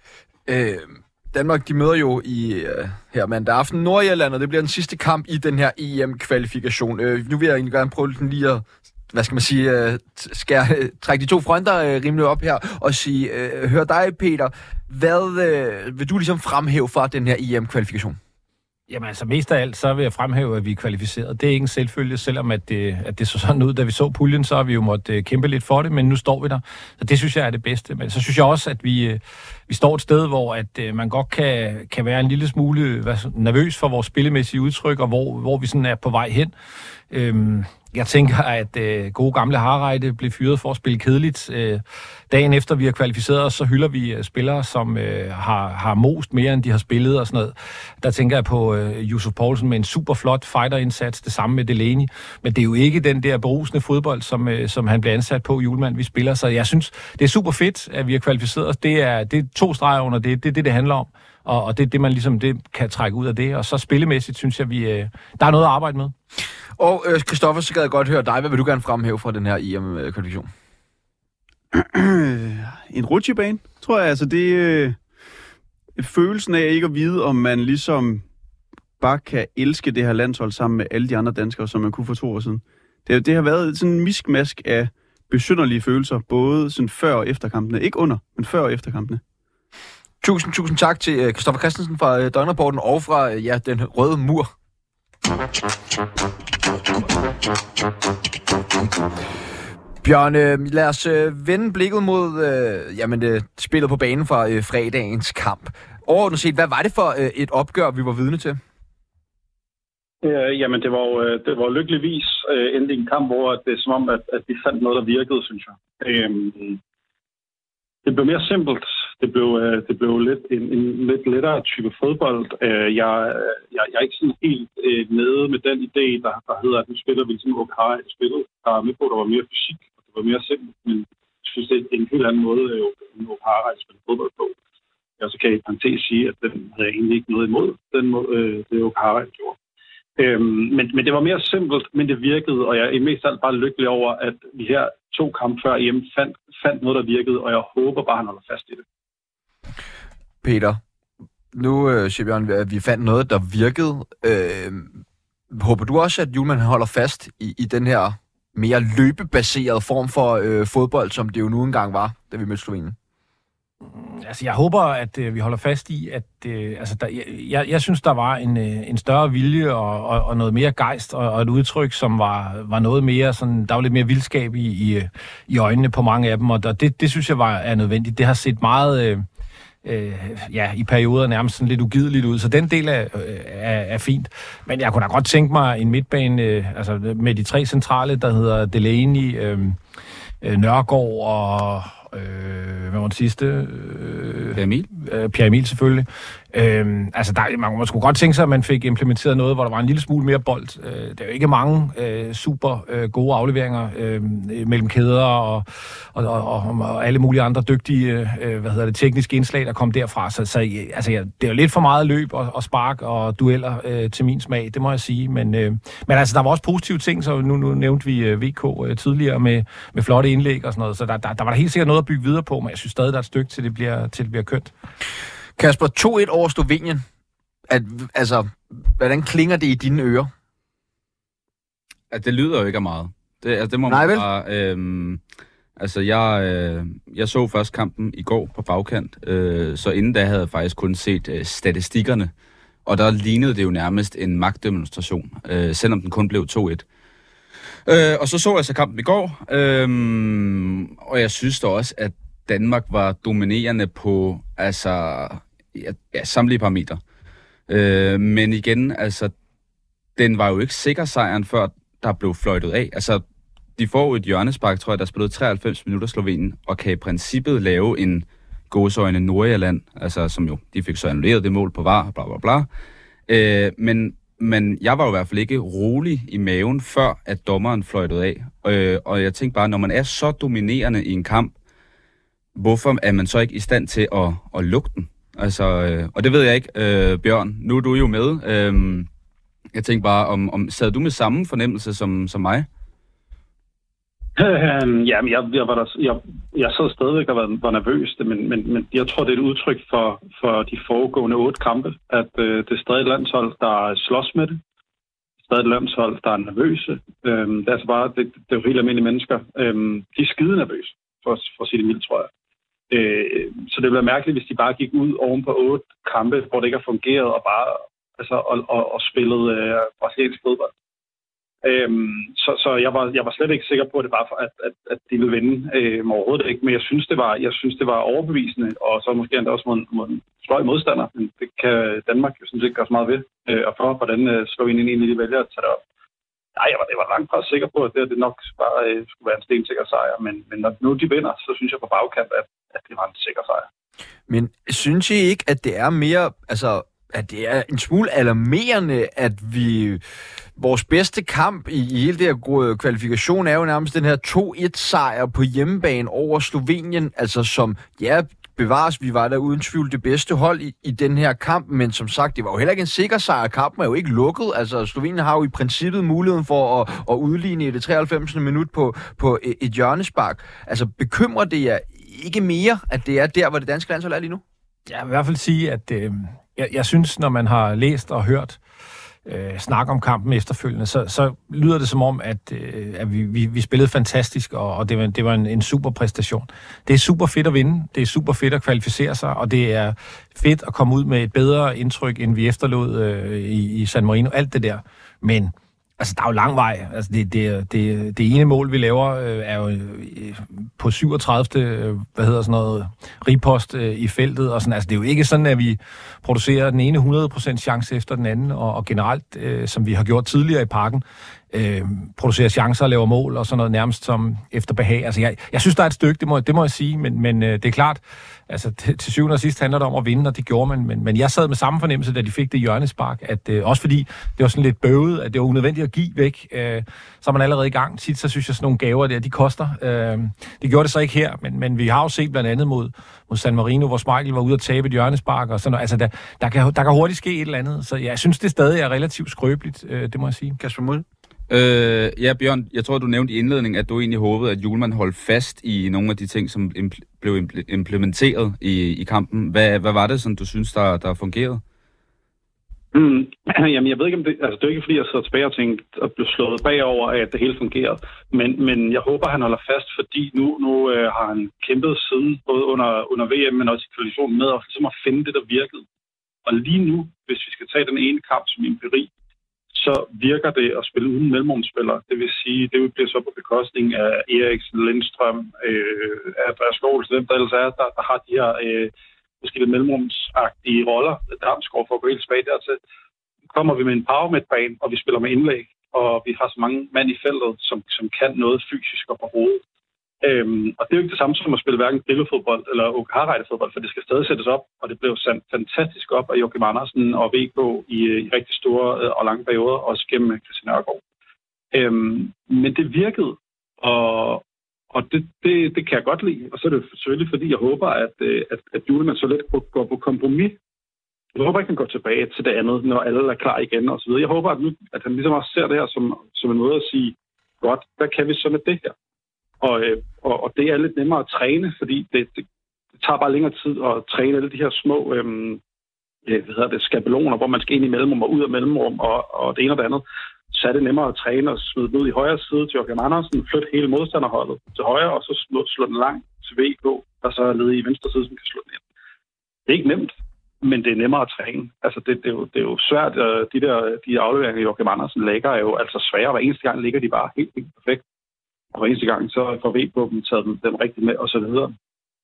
Øh, Danmark, de møder jo i øh, her mandag aften Nordirland, og det bliver den sidste kamp i den her E M-kvalifikation. Øh, nu vil jeg egentlig gerne prøve lige at hvad skal man sige, skal jeg trække de to fronter rimelig op her og sige, hør dig, Peter, hvad vil du ligesom fremhæve fra den her E M-kvalifikation? Jamen altså, mest af alt, så vil jeg fremhæve, at vi er kvalificeret. Det er ikke en selvfølge, selvom at det, at det så sådan ud, da vi så puljen, så har vi jo måttet kæmpe lidt for det, men nu står vi der. Så det synes jeg er det bedste. Men så synes jeg også, at vi, vi står et sted, hvor at man godt kan, kan være en lille smule hvad, nervøs for vores spillemæssige udtryk, og hvor, hvor vi sådan er på vej hen. Øhm, Jeg tænker, at øh, gode gamle Harreide blev fyret for at spille kedeligt. Øh, dagen efter vi har kvalificeret os, så hylder vi øh, spillere, som øh, har, har most mere, end de har spillet og sådan noget. Der tænker jeg på øh, Yusuf Poulsen med en super flot fighter-indsats, det samme med Delaney. Men det er jo ikke den der berusende fodbold, som, øh, som han bliver ansat på, Julemand, vi spiller. Så jeg synes, det er super fedt, at vi har kvalificeret os. Det er, det er to streger under det. Det er det, det handler om. Og, og det er det, man ligesom det kan trække ud af det. Og så spillemæssigt, synes jeg, vi øh, der er noget at arbejde med. Og øh, Christoffer, så gad jeg godt høre dig. Hvad vil du gerne fremhæve fra den her E M-kvalifikation? En rutsjebane, tror jeg. Altså det øh, følelsen af ikke at vide, om man ligesom bare kan elske det her landshold sammen med alle de andre danskere, som man kunne for to år siden. Det, det har været sådan en miskmask af besynderlige følelser, både sådan før og efter kampene. Ikke under, men før og efter kampene. Tusind, tusind tak til Christoffer Christensen fra Døgnrapporten og fra ja, den røde mur. Bjørn, øh, lad os øh, vende blikket mod øh, jamen, øh, spillet på banen fra øh, fredagens kamp. Overordnet set, hvad var det for øh, et opgør, vi var vidne til? Øh, jamen, det var jo øh, det var lykkeligvis øh, endelig en kamp, hvor det er som om, at, at vi fandt noget, der virkede, synes jeg. Øh, det blev mere simpelt. Det blev, det blev lidt en, en lidt lettere type fodbold. Jeg, jeg, jeg er ikke sådan helt øh, nede med den idé, der, der hedder, at nu spiller vi ligesom Okara et spil. Der er med på, at der var mere fysik, og det var mere simpelt, men jeg synes, det er en helt anden måde, end Okara at spille fodbold på. Og så kan jeg i parentes sige, at den havde jeg egentlig ikke noget imod, den måde, øh, det Okara gjorde. Øhm, men, men det var mere simpelt, men det virkede, og jeg er mest alt bare lykkelig over, at vi her to kampe før hjemme fandt, fandt noget, der virkede, og jeg håber bare, at han holder fast i det. Peter, nu øh, siger Bjørn, at vi fandt noget, der virkede. Øh, håber du også, at Julemand holder fast i, i den her mere løbebaserede form for øh, fodbold, som det jo nu engang var, da vi mødte Slovenien? Altså, jeg håber, at øh, vi holder fast i, at øh, altså, der, jeg, jeg synes, der var en, øh, en større vilje og, og, og noget mere gejst og, og et udtryk, som var, var noget mere sådan, der var lidt mere vildskab i, i, i øjnene på mange af dem, og der, det, det synes jeg var er nødvendigt. Det har set meget... Øh, Øh, ja, i perioder nærmest sådan lidt ugideligt ud, så den del er, er, er fint. Men jeg kunne da godt tænke mig en midtbane, øh, altså med de tre centrale, der hedder Delaney, øh, øh, Nørgaard og øh, hvad var den sidste? Øh, Emil? øh, Pierre Emil selvfølgelig. Øh, altså, der, man, man skulle godt tænke sig, at man fik implementeret noget, hvor der var en lille smule mere bold. Øh, der er jo ikke mange øh, super øh, gode afleveringer øh, mellem kæder og, og, og, og, og alle mulige andre dygtige øh, hvad hedder det, tekniske indslag, der kom derfra. Så, så altså, ja, det er jo lidt for meget løb og, og spark og dueller øh, til min smag, det må jeg sige. Men, øh, men altså, der var også positive ting, så nu, nu nævnte vi øh, V K øh, tidligere med, med flotte indlæg og sådan noget, så der, der, der var der helt sikkert noget at bygge videre på, men jeg synes stadig, der er et stykke til det bliver, til det bliver kønt. Kasper, to et over Slovenien. At, altså, hvordan klinger det i dine ører? At det lyder jo ikke af meget. Det, altså, det må Nej, man vel? bare... Øhm, altså, jeg, øh, jeg så først kampen i går på bagkant, øh, så inden da havde jeg faktisk kun set øh, statistikkerne, og der lignede det jo nærmest en magtdemonstration, øh, selvom den kun blev to et. Øh, og så så jeg så kampen i går, øh, og jeg synes da også, at Danmark var dominerende på altså, ja, ja, samtlige parametre. Øh, men igen, altså, den var jo ikke sikker sejren, før der blev fløjtet af. Altså, de får jo et hjørnespark, tror jeg, der spillede treoghalvfems minutter Slovenien, og kan i princippet lave en gåseøjne Nordirland, altså, som jo, de fik så annulleret det mål på V A R, bla bla bla. Øh, men, men jeg var jo i hvert fald ikke rolig i maven, før at dommeren fløjtede af. Øh, og jeg tænkte bare, når man er så dominerende i en kamp, hvorfor er man så ikke i stand til at, at lukke den? Altså, øh, og det ved jeg ikke, øh, Bjørn. Nu er du jo med. Øh, jeg tænkte bare, om, om sad du med samme fornemmelse som, som mig? Øh, ja, men jeg, jeg, var der, jeg, jeg sad stadigvæk og var, var nervøs, men, men, men jeg tror, det er et udtryk for, for de foregående otte kampe, at øh, det er stadig et landshold, der slås med det. Stadig et landshold, der er nervøse. Øh, det er altså bare, det, det er jo helt almindelige mennesker. Øh, de er skide nervøse, for, for at sige det mildt, tror jeg. Øh, så det bliver mærkeligt, hvis de bare gik ud oven på otte kampe, hvor det ikke har fungeret, og bare altså, og, og, og spillede øh, brasiliansk fodbold. Øhm, så så jeg, var, jeg var slet ikke sikker på, at det var for, at, at, at de ville vinde øhm, overhovedet ikke. Men jeg synes, det var, jeg synes, det var overbevisende, og så måske endda også mod, mod en sløj modstander. Men det kan Danmark jo sådan set gøre så meget ved. Øh, og for, hvordan øh, Slovenien egentlig de vælger at tage det op. Nej, jeg var, jeg var langt fra sikker på, at det, det nok bare øh, skulle være en stensikker sejr. Men, men når nu de vinder, så synes jeg på bagkant, at, at det var en sikker sejr. Men synes I ikke, at det er mere... altså at det er en smule alarmerende, at vi... Vores bedste kamp i, i hele det her kvalifikation er jo nærmest den her to et sejr på hjemmebane over Slovenien, altså som, ja, bevares, vi var der uden tvivl det bedste hold i, i den her kamp, men som sagt, det var jo heller ikke en sikker sejr. Kampen er jo ikke lukket, altså Slovenien har jo i princippet muligheden for at, at udligne i det treoghalvfemsende minut på, på et, et hjørnespark. Altså bekymrer det jer ikke mere, at det er der, hvor det danske landshold er lige nu? Jeg vil i hvert fald sige, at øh, jeg, jeg synes, når man har læst og hørt øh, snak om kampen efterfølgende, så, så lyder det som om, at, øh, at vi, vi, vi spillede fantastisk, og, og det var, det var en, en super præstation. Det er super fedt at vinde, det er super fedt at kvalificere sig, og det er fedt at komme ud med et bedre indtryk, end vi efterlod øh, i, i San Marino, alt det der. Men altså, der er jo lang vej. Altså, det, det, det, det ene mål, vi laver, øh, er jo øh, på syvogtredivte Øh, hvad hedder sådan noget, ripost øh, i feltet. Og sådan. Altså, det er jo ikke sådan, at vi producerer den ene hundrede procent chance efter den anden, og, og generelt, øh, som vi har gjort tidligere i Parken, øh, producerer chancer og laver mål og sådan noget nærmest som efter behag. Altså, jeg, jeg synes, der er et stykke, det må, det må jeg sige, men, men øh, det er klart, altså til, til syvende og sidst handler det om at vinde, og det gjorde man. Men, men jeg sad med samme fornemmelse, da de fik det hjørnespark, at øh, også fordi det var sådan lidt bøvet, at det var unødvendigt at give væk, øh, så er man allerede i gang. Tit så synes jeg, sådan nogle gaver der, de koster. Øh, det gjorde det så ikke her, men, men vi har jo set blandt andet mod, mod San Marino, hvor Schmeichel var ude at tabe et hjørnespark, og sådan noget. Altså, der, der, kan, der kan hurtigt ske et eller andet. Så jeg synes, det stadig er relativt skrøbeligt, øh, det må jeg sige. Kasper Mølle? Øh, ja, Bjørn, jeg tror, du nævnte i indledningen, at du egentlig håbede, at Hjulmand holdt fast i nogle af de ting, som impl- blev impl- implementeret i, i kampen. Hvad, hvad var det, som du synes, der, der fungerede? Mm, jamen, jeg ved ikke, om det... Altså, det er ikke, fordi jeg sidder tilbage og tænkte at blive slået bagover, at det hele fungerede. Men, men jeg håber, han holder fast, fordi nu, nu øh, har han kæmpet siden, både under, under V M, men også i kvalifikationen med, og ligesom at finde det, der virkede. Og lige nu, hvis vi skal tage den ene kamp som empiri, så virker det at spille uden mellemrumspillere. Det vil sige, det bliver så på bekostning af Eriksen, Lindstrøm, øh, Andreas Skål, dem der ellers er, der, der har de her øh, måske lidt mellemrumsagtige roller. Damsgaard for at gå helt tilbage dertil. Kommer vi med en power midtbane, og vi spiller med indlæg, og vi har så mange mand i feltet, som, som kan noget fysisk og på hovedet. Øhm, og det er jo ikke det samme som at spille hverken drillefodbold eller O K H-rejde-fodbold, for det skal stadig sættes op, og det blev sendt fantastisk op af Joachim Andersen og V K i, i rigtig store øh, og lange perioder, også gennem Christian Nørgaard. Øhm, men det virkede, og, og det, det, det kan jeg godt lide, og så er det selvfølgelig, fordi jeg håber, at, at, at Hjulmand så lidt går på kompromis. Jeg håber ikke, han går tilbage til det andet, når alle er klar igen og så videre. Jeg håber, at, nu, at han ligesom også ser det her som, som en måde at sige, godt, hvad kan vi så med det her? Og, og, og det er lidt nemmere at træne, fordi det, det, det tager bare længere tid at træne alle de her små øhm, hvad hedder det, skabeloner, hvor man skal ind i mellemrum og ud af mellemrum og, og det ene og det andet. Så er det nemmere at træne og smide den ud i højre side til Joachim Andersen, flytte hele modstanderholdet til højre, og så slå, slå den langt til V K, der så er ledet i venstre side, som kan slå den ind. Det er ikke nemt, men det er nemmere at træne. Altså, det, det, er, jo, det er jo svært. De der de afleveringer, Joachim Andersen lægger, er jo altså svære. Hver eneste gang ligger de bare helt, helt perfekt. Og hver eneste gang, så får V K dem taget dem, dem rigtigt med, og så videre.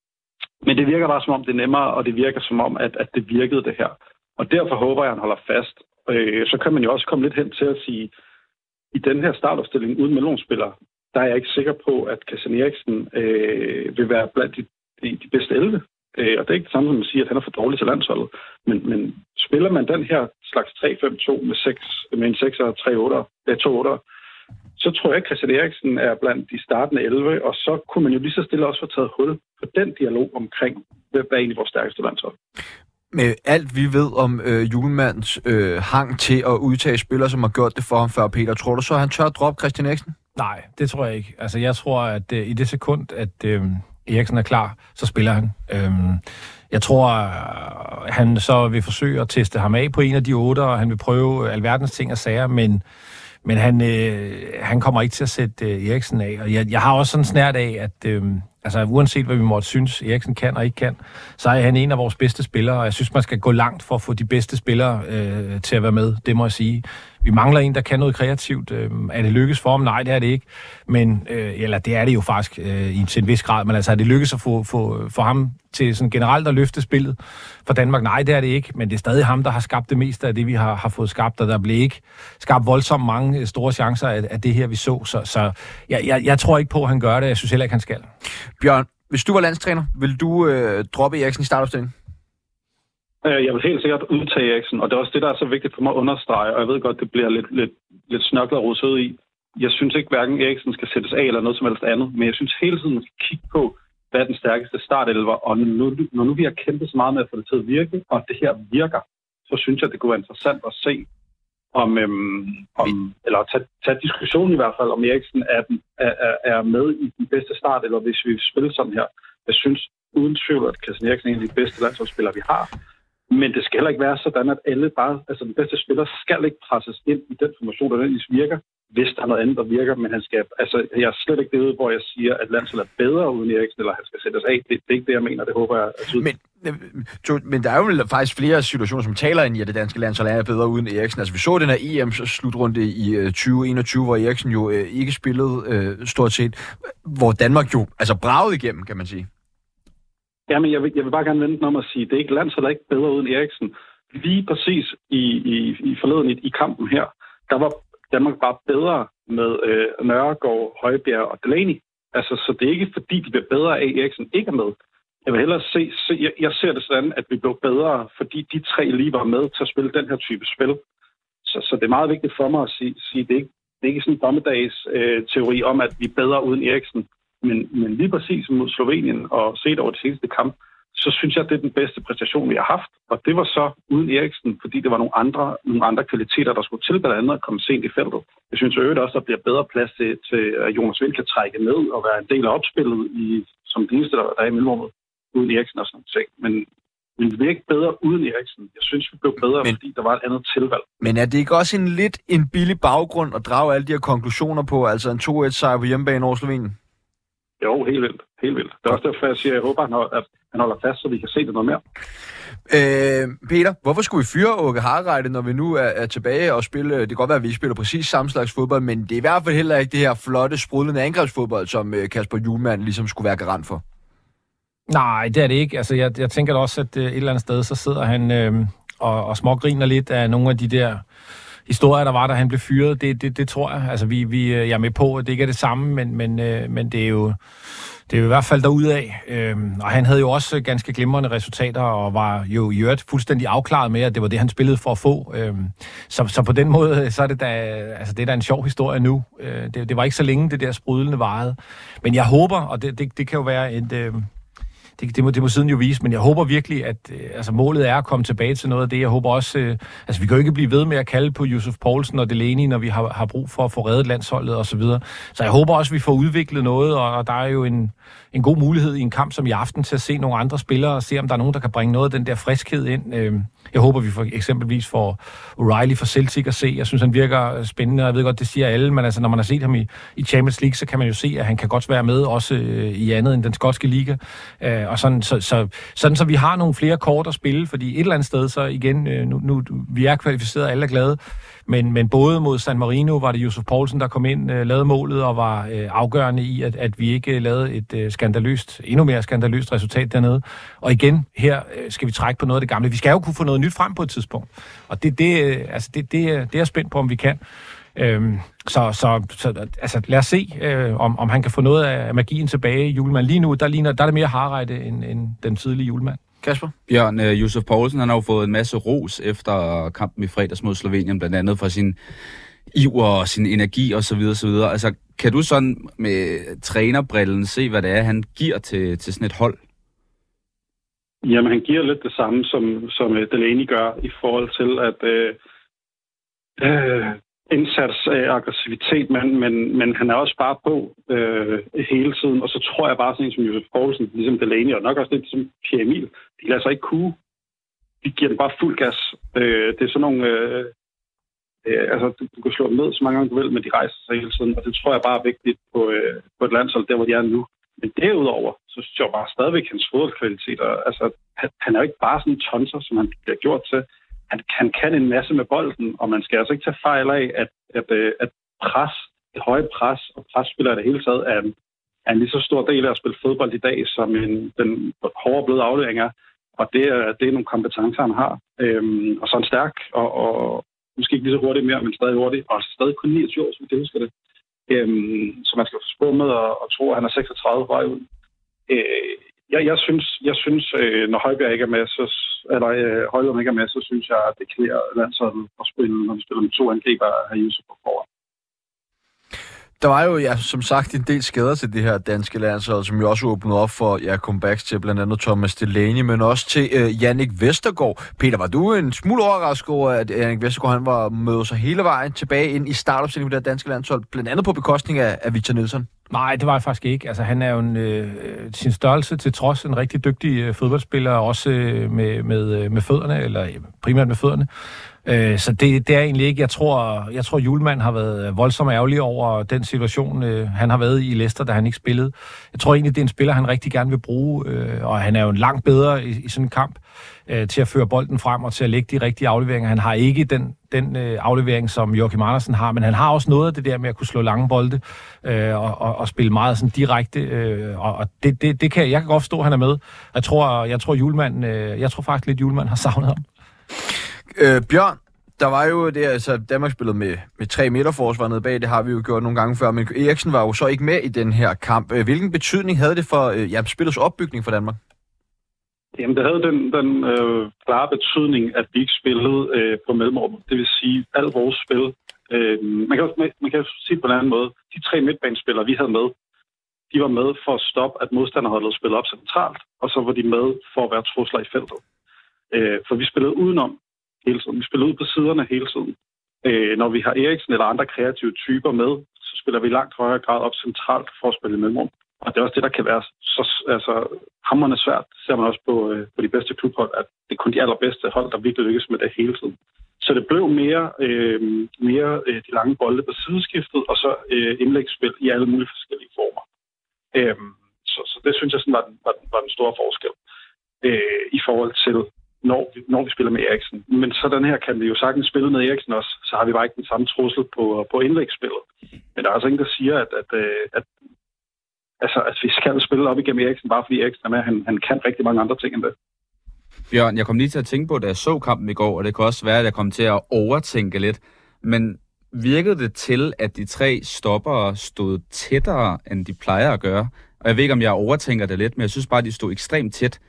Men det virker bare som om, det er nemmere, og det virker som om, at, at det virkede det her. Og derfor håber jeg, at han holder fast. Øh, så kan man jo også komme lidt hen til at sige, i den her startopstilling uden mellemrumsspillere, der er jeg ikke sikker på, at Christian Eriksen øh, vil være blandt de, de, de bedste elleve. Øh, og det er ikke det samme, som at sige, at han er for dårlig til landsholdet. Men, men spiller man den her slags tre fem to med, seks, med en sekser og tre otter, to otter, så tror jeg, at Christian Eriksen er blandt de startende elleve, og så kunne man jo lige så stille også få taget hul på den dialog omkring, hvad er egentlig vores stærkeste landshold. Med alt vi ved om øh, Hjulmands øh, hang til at udtage spillere, som har gjort det for ham før, Peter, tror du så, at han tør at droppe Christian Eriksen? Nej, det tror jeg ikke. Altså, jeg tror, at øh, i det sekund, at øh, Eriksen er klar, så spiller han. Øhm, jeg tror, at han så vil forsøge at teste ham af på en af de otte, og han vil prøve alverdens ting og sager, men Men han, øh, han kommer ikke til at sætte øh, Eriksen af. Og jeg, jeg har også sådan snært af, at øh, altså, uanset hvad vi måtte synes, Eriksen kan og ikke kan, så er han en af vores bedste spillere. Og jeg synes, man skal gå langt for at få de bedste spillere øh, til at være med. Det må jeg sige. Vi mangler en, der kan noget kreativt. Øh, er det lykkes for ham? Nej, det er det ikke. Men, øh, eller det er det jo faktisk øh, i til en vis grad. Men altså, er det lykkes at få, få, få ham til sådan generelt at løfte spillet for Danmark? Nej, det er det ikke. Men det er stadig ham, der har skabt det meste af det, vi har, har fået skabt. Og der blev ikke skabt voldsomt mange store chancer af, af det her, vi så. Så, så jeg, jeg, jeg tror ikke på, at han gør det. Jeg synes heller ikke, han skal. Bjørn, hvis du var landstræner, vil du øh, droppe Eriksen i startopstillingen? Jeg vil helt sikkert udtage Eriksen, og det er også det, der er så vigtigt for mig at understrege, og jeg ved godt, det bliver lidt, lidt, lidt snørklet og rodet i. Jeg synes ikke, hverken Eriksen skal sættes af eller noget som helst andet, men jeg synes hele tiden, man skal kigge på, hvad er den stærkeste startelver, og nu, når nu vi har kæmpet så meget med at få det til at virke, og det her virker, så synes jeg, det kunne være interessant at se, om, øhm, om eller tage, tage diskussionen i hvert fald, om Eriksen er, den, er, er med i den bedste start, eller hvis vi spiller sådan her. Jeg synes uden tvivl, at Christian Eriksen er en af de bedste landsholdsspillere, vi har. Men det skal heller ikke være sådan, at alle bare, altså den bedste spiller skal ikke presses ind i den formation, der nødvendigvis virker, hvis der er noget andet, der virker, men han skal, altså jeg er slet ikke det ude, hvor jeg siger, at landsholdet er bedre uden Eriksen, eller han skal sættes af. Det, det er ikke det, jeg mener, det håber jeg er tydeligt. Men, men der er jo faktisk flere situationer, som taler ind i, at det danske landshold er bedre uden Eriksen. Altså vi så den her E M-slutrunde i tyve enogtyve, hvor Eriksen jo øh, ikke spillede øh, stort set, hvor Danmark jo altså bragede igennem, kan man sige. Jamen, jeg vil, jeg vil bare gerne vente om at sige, det er ikke landsholdet er ikke bedre uden Eriksen. Lige præcis i, i, i forleden i, i kampen her, der var Danmark bare bedre med øh, Nørgaard, Højbjerg og Delaney. Altså, så det er ikke fordi, de bliver bedre af, at Eriksen ikke er med. Jeg vil hellere se, se jeg, jeg ser det sådan, at vi blev bedre, fordi de tre lige var med til at spille den her type spil. Så, så det er meget vigtigt for mig at sige, sige det, er ikke, det er ikke sådan en dommedags øh, teori om, at vi er bedre uden Eriksen. Men, men lige præcis mod Slovenien og set over det seneste kamp, så synes jeg, at det er den bedste præstation, vi har haft. Og det var så uden Eriksen, fordi det var nogle andre, nogle andre kvaliteter, der skulle til, blandt andet at komme sent i feltet. Jeg synes øvrigt også, at der bliver bedre plads til, til at Jonas Vind kan trække ned og være en del af opspillet i, som det eneste, der er i mellemrummet, uden Eriksen og sådan noget. Men, men vi bliver ikke bedre uden Eriksen. Jeg synes, vi blev bedre, men, fordi der var et andet tilvalg. Men er det ikke også en lidt en billig baggrund at drage alle de her konklusioner på, altså en to et sejr på hjemmebane over Slovenien? Jo, helt vildt. Helt vildt. Det er også derfor, jeg siger, at jeg håber, at han holder fast, så vi kan se det noget mere. Øh, Peter, hvorfor skulle vi fyre O K H-rejde, når vi nu er, er tilbage og spille? Det kan godt være, at vi spiller præcis samme slags fodbold, men det er i hvert fald heller ikke det her flotte, sprudlende angrebsfodbold, som Kasper Hjulmand ligesom skulle være garant for. Nej, det er det ikke. Altså, jeg, jeg tænker også, at et eller andet sted, så sidder han øh, og, og smågriner lidt af nogle af de der historier, der var, da han blev fyret. Det, det, det tror jeg. Altså, vi, vi, jeg er med på, at det ikke er det samme, men, men, øh, men det er jo det er i hvert fald derudad. Øhm, og han havde jo også ganske glimrende resultater, og var jo i øvrigt fuldstændig afklaret med, at det var det, han spillede for at få. Øhm, så, så på den måde, så er det da, altså, det er da en sjov historie nu. Øh, det, det var ikke så længe, det der sprudlende varede. Men jeg håber, og det, det, det kan jo være et... Øh, Det, det, må, det må siden jo vise, men jeg håber virkelig, at øh, altså, målet er at komme tilbage til noget af det. Jeg håber også, øh, altså vi kan jo ikke blive ved med at kalde på Josef Poulsen og Delaney, når vi har, har brug for at få reddet landsholdet og så videre. Så jeg håber også, at vi får udviklet noget, og, og der er jo en, en god mulighed i en kamp som i aften til at se nogle andre spillere og se, om der er nogen, der kan bringe noget af den der friskhed ind. Øh, jeg håber, vi for, eksempelvis får O'Reilly fra Celtic at se. Jeg synes, han virker spændende, og jeg ved godt, det siger alle, men altså, når man har set ham i, i Champions League, så kan man jo se, at han kan godt være med også øh, i andet end den skotske liga. Øh, og sådan, så, så, sådan så vi har nogle flere kort at spille, fordi et eller andet sted, så igen, øh, nu, nu vi er kvalificeret, alle er glade, men, men både mod San Marino var det Josef Poulsen, der kom ind, øh, lavede målet og var øh, afgørende i, at, at vi ikke lavede et øh, skandaløst, endnu mere skandaløst resultat dernede. Og igen, her øh, skal vi trække på noget af det gamle. Vi skal jo kunne få noget nyt frem på et tidspunkt. Og det, det, øh, altså det, det, det er jeg spændt på, om vi kan. Øhm, så, så, så altså, lad os se, øh, om, om han kan få noget af magien tilbage i Julemand. Lige nu, der, ligner, der er det mere harrejde end, end den tidlige Julemand. Kasper? Bjørn, uh, Josef Poulsen, han har jo fået en masse ros efter kampen i fredags mod Slovenien, blandt andet for sin iver og sin energi og så videre, så videre. Altså, kan du sådan med trænerbrillen se, hvad det er, han giver til, til sådan et hold? Jamen, han giver lidt det samme, som, som Delaney gør i forhold til, at øh, øh, indsats af aggressivitet, men, men, men han er også bare på øh, hele tiden. Og så tror jeg bare sådan en som Josef Poulsen, ligesom Delaney, og nok også lidt som Pierre Emil, de lader sig ikke kue. De giver det bare fuld gas. Øh, det er sådan nogle... Øh, øh, altså, du, du kan slå dem ned så mange gange du vil, men de rejser sig hele tiden. Og det tror jeg bare er vigtigt på, øh, på et landshold, der hvor de er nu. Men derudover, så synes jeg bare stadigvæk hans fodboldkvaliteter. Altså, han, han er jo ikke bare sådan en tonser, som han bliver gjort til. Han, han kan en masse med bolden, og man skal altså ikke tage fejl af, at, at, at pres, et højt pres og presspiller i det hele taget er en, er en lige så stor del af at spille fodbold i dag, som en, den hårde bløde aflevering er. Og det er, det er nogle kompetencer, han har. Øhm, og så er han stærk, og, og måske ikke lige så hurtigt mere, men stadig hurtigt. Og stadig kun niogtyve år, som det husker det. Øhm, så man skal få med at, at tro, at han er seksogtredive vej ud. Øh, jeg, jeg synes, jeg synes øh, når Højbjerg ikke er med, så, eller øh, Højlund ikke er med, så synes jeg, at det klæder landsholdet at spille, når vi spiller med to angriber af Josef på foran. Der var jo, ja, som sagt, en del skader til det her danske landshold, som jo også åbnede op for ja, comebacks til blandt andet Thomas Delaney, men også til øh, Jannik Vestergaard. Peter, var du en smule overrasket over, at Jannik Vestergaard han var mødt sig hele vejen tilbage ind i startopstillingen på det danske landshold, blandt andet på bekostning af, af Victor Nilsson? Nej, det var jeg faktisk ikke. Altså, han er jo en, øh, sin størrelse til trods en rigtig dygtig øh, fodboldspiller, også øh, med, med, med fødderne, eller øh, primært med fødderne. Øh, så det, det er egentlig ikke. Jeg tror, jeg tror Julemand har været voldsomt ærgerlig over den situation, øh, han har været i Leicester, da han ikke spillede. Jeg tror egentlig, det er en spiller, han rigtig gerne vil bruge, øh, og han er jo langt bedre i, i sådan en kamp øh, til at føre bolden frem og til at lægge de rigtige afleveringer. Han har ikke den, den øh, aflevering, som Joachim Andersen har, men han har også noget af det der med at kunne slå lange bolde øh, og, og, og spille meget sådan direkte. Øh, og og det, det, det kan, jeg kan godt forstå, at han er med. Jeg tror, jeg tror, Julemand, øh, jeg tror faktisk lidt, Julemand har savnet ham. Øh, Bjørn, der var jo det, altså Danmark spillede med, med tre midterforsvar nede bag, det har vi jo gjort nogle gange før, men Eriksen var jo så ikke med i den her kamp. Hvilken betydning havde det for øh, ja, spillets opbygning for Danmark? Jamen, det havde den, den øh, klare betydning, at vi ikke spillede øh, på mellemrum. Det vil sige, at alt vores spil, øh, man, kan, man, man kan sige det på en anden måde, de tre midtbanespillere, vi havde med, de var med for at stoppe, at modstanderholdet spillede op centralt, og så var de med for at være trusler i feltet. Øh, for vi spillede udenom hele tiden. Vi spillede ud på siderne hele tiden. Øh, når vi har Eriksen eller andre kreative typer med, så spiller vi i langt højere grad op centralt for at spille mellemrum. Og det er også det, der kan være så altså, hamrende svært. Det ser man også på, øh, på de bedste klubhold, at det er kun de allerbedste hold, der virkelig lykkes med det hele tiden. Så det blev mere, øh, mere øh, de lange bolde på sideskiftet, og så øh, indlægsspil i alle mulige forskellige former. Øh, så, så det synes jeg sådan var, den, var, den, var den store forskel øh, i forhold til, når vi, når vi spiller med Eriksen. Men sådan her kan vi jo sagtens spille med Eriksen også, så har vi bare ikke den samme trussel på, på indlægsspillet. Men der er altså ingen, der siger, at, at, at, altså, at vi skal spille op igennem Eriksen, bare fordi Eriksen er med. Han, han kan rigtig mange andre ting end det. Bjørn, jeg kom lige til at tænke på, da jeg så kampen i går, og det kan også være, at jeg kom til at overtænke lidt. Men virkede det til, at de tre stoppere stod tættere, end de plejer at gøre? Og jeg ved ikke, om jeg overtænker det lidt, men jeg synes bare, de stod ekstremt tæt.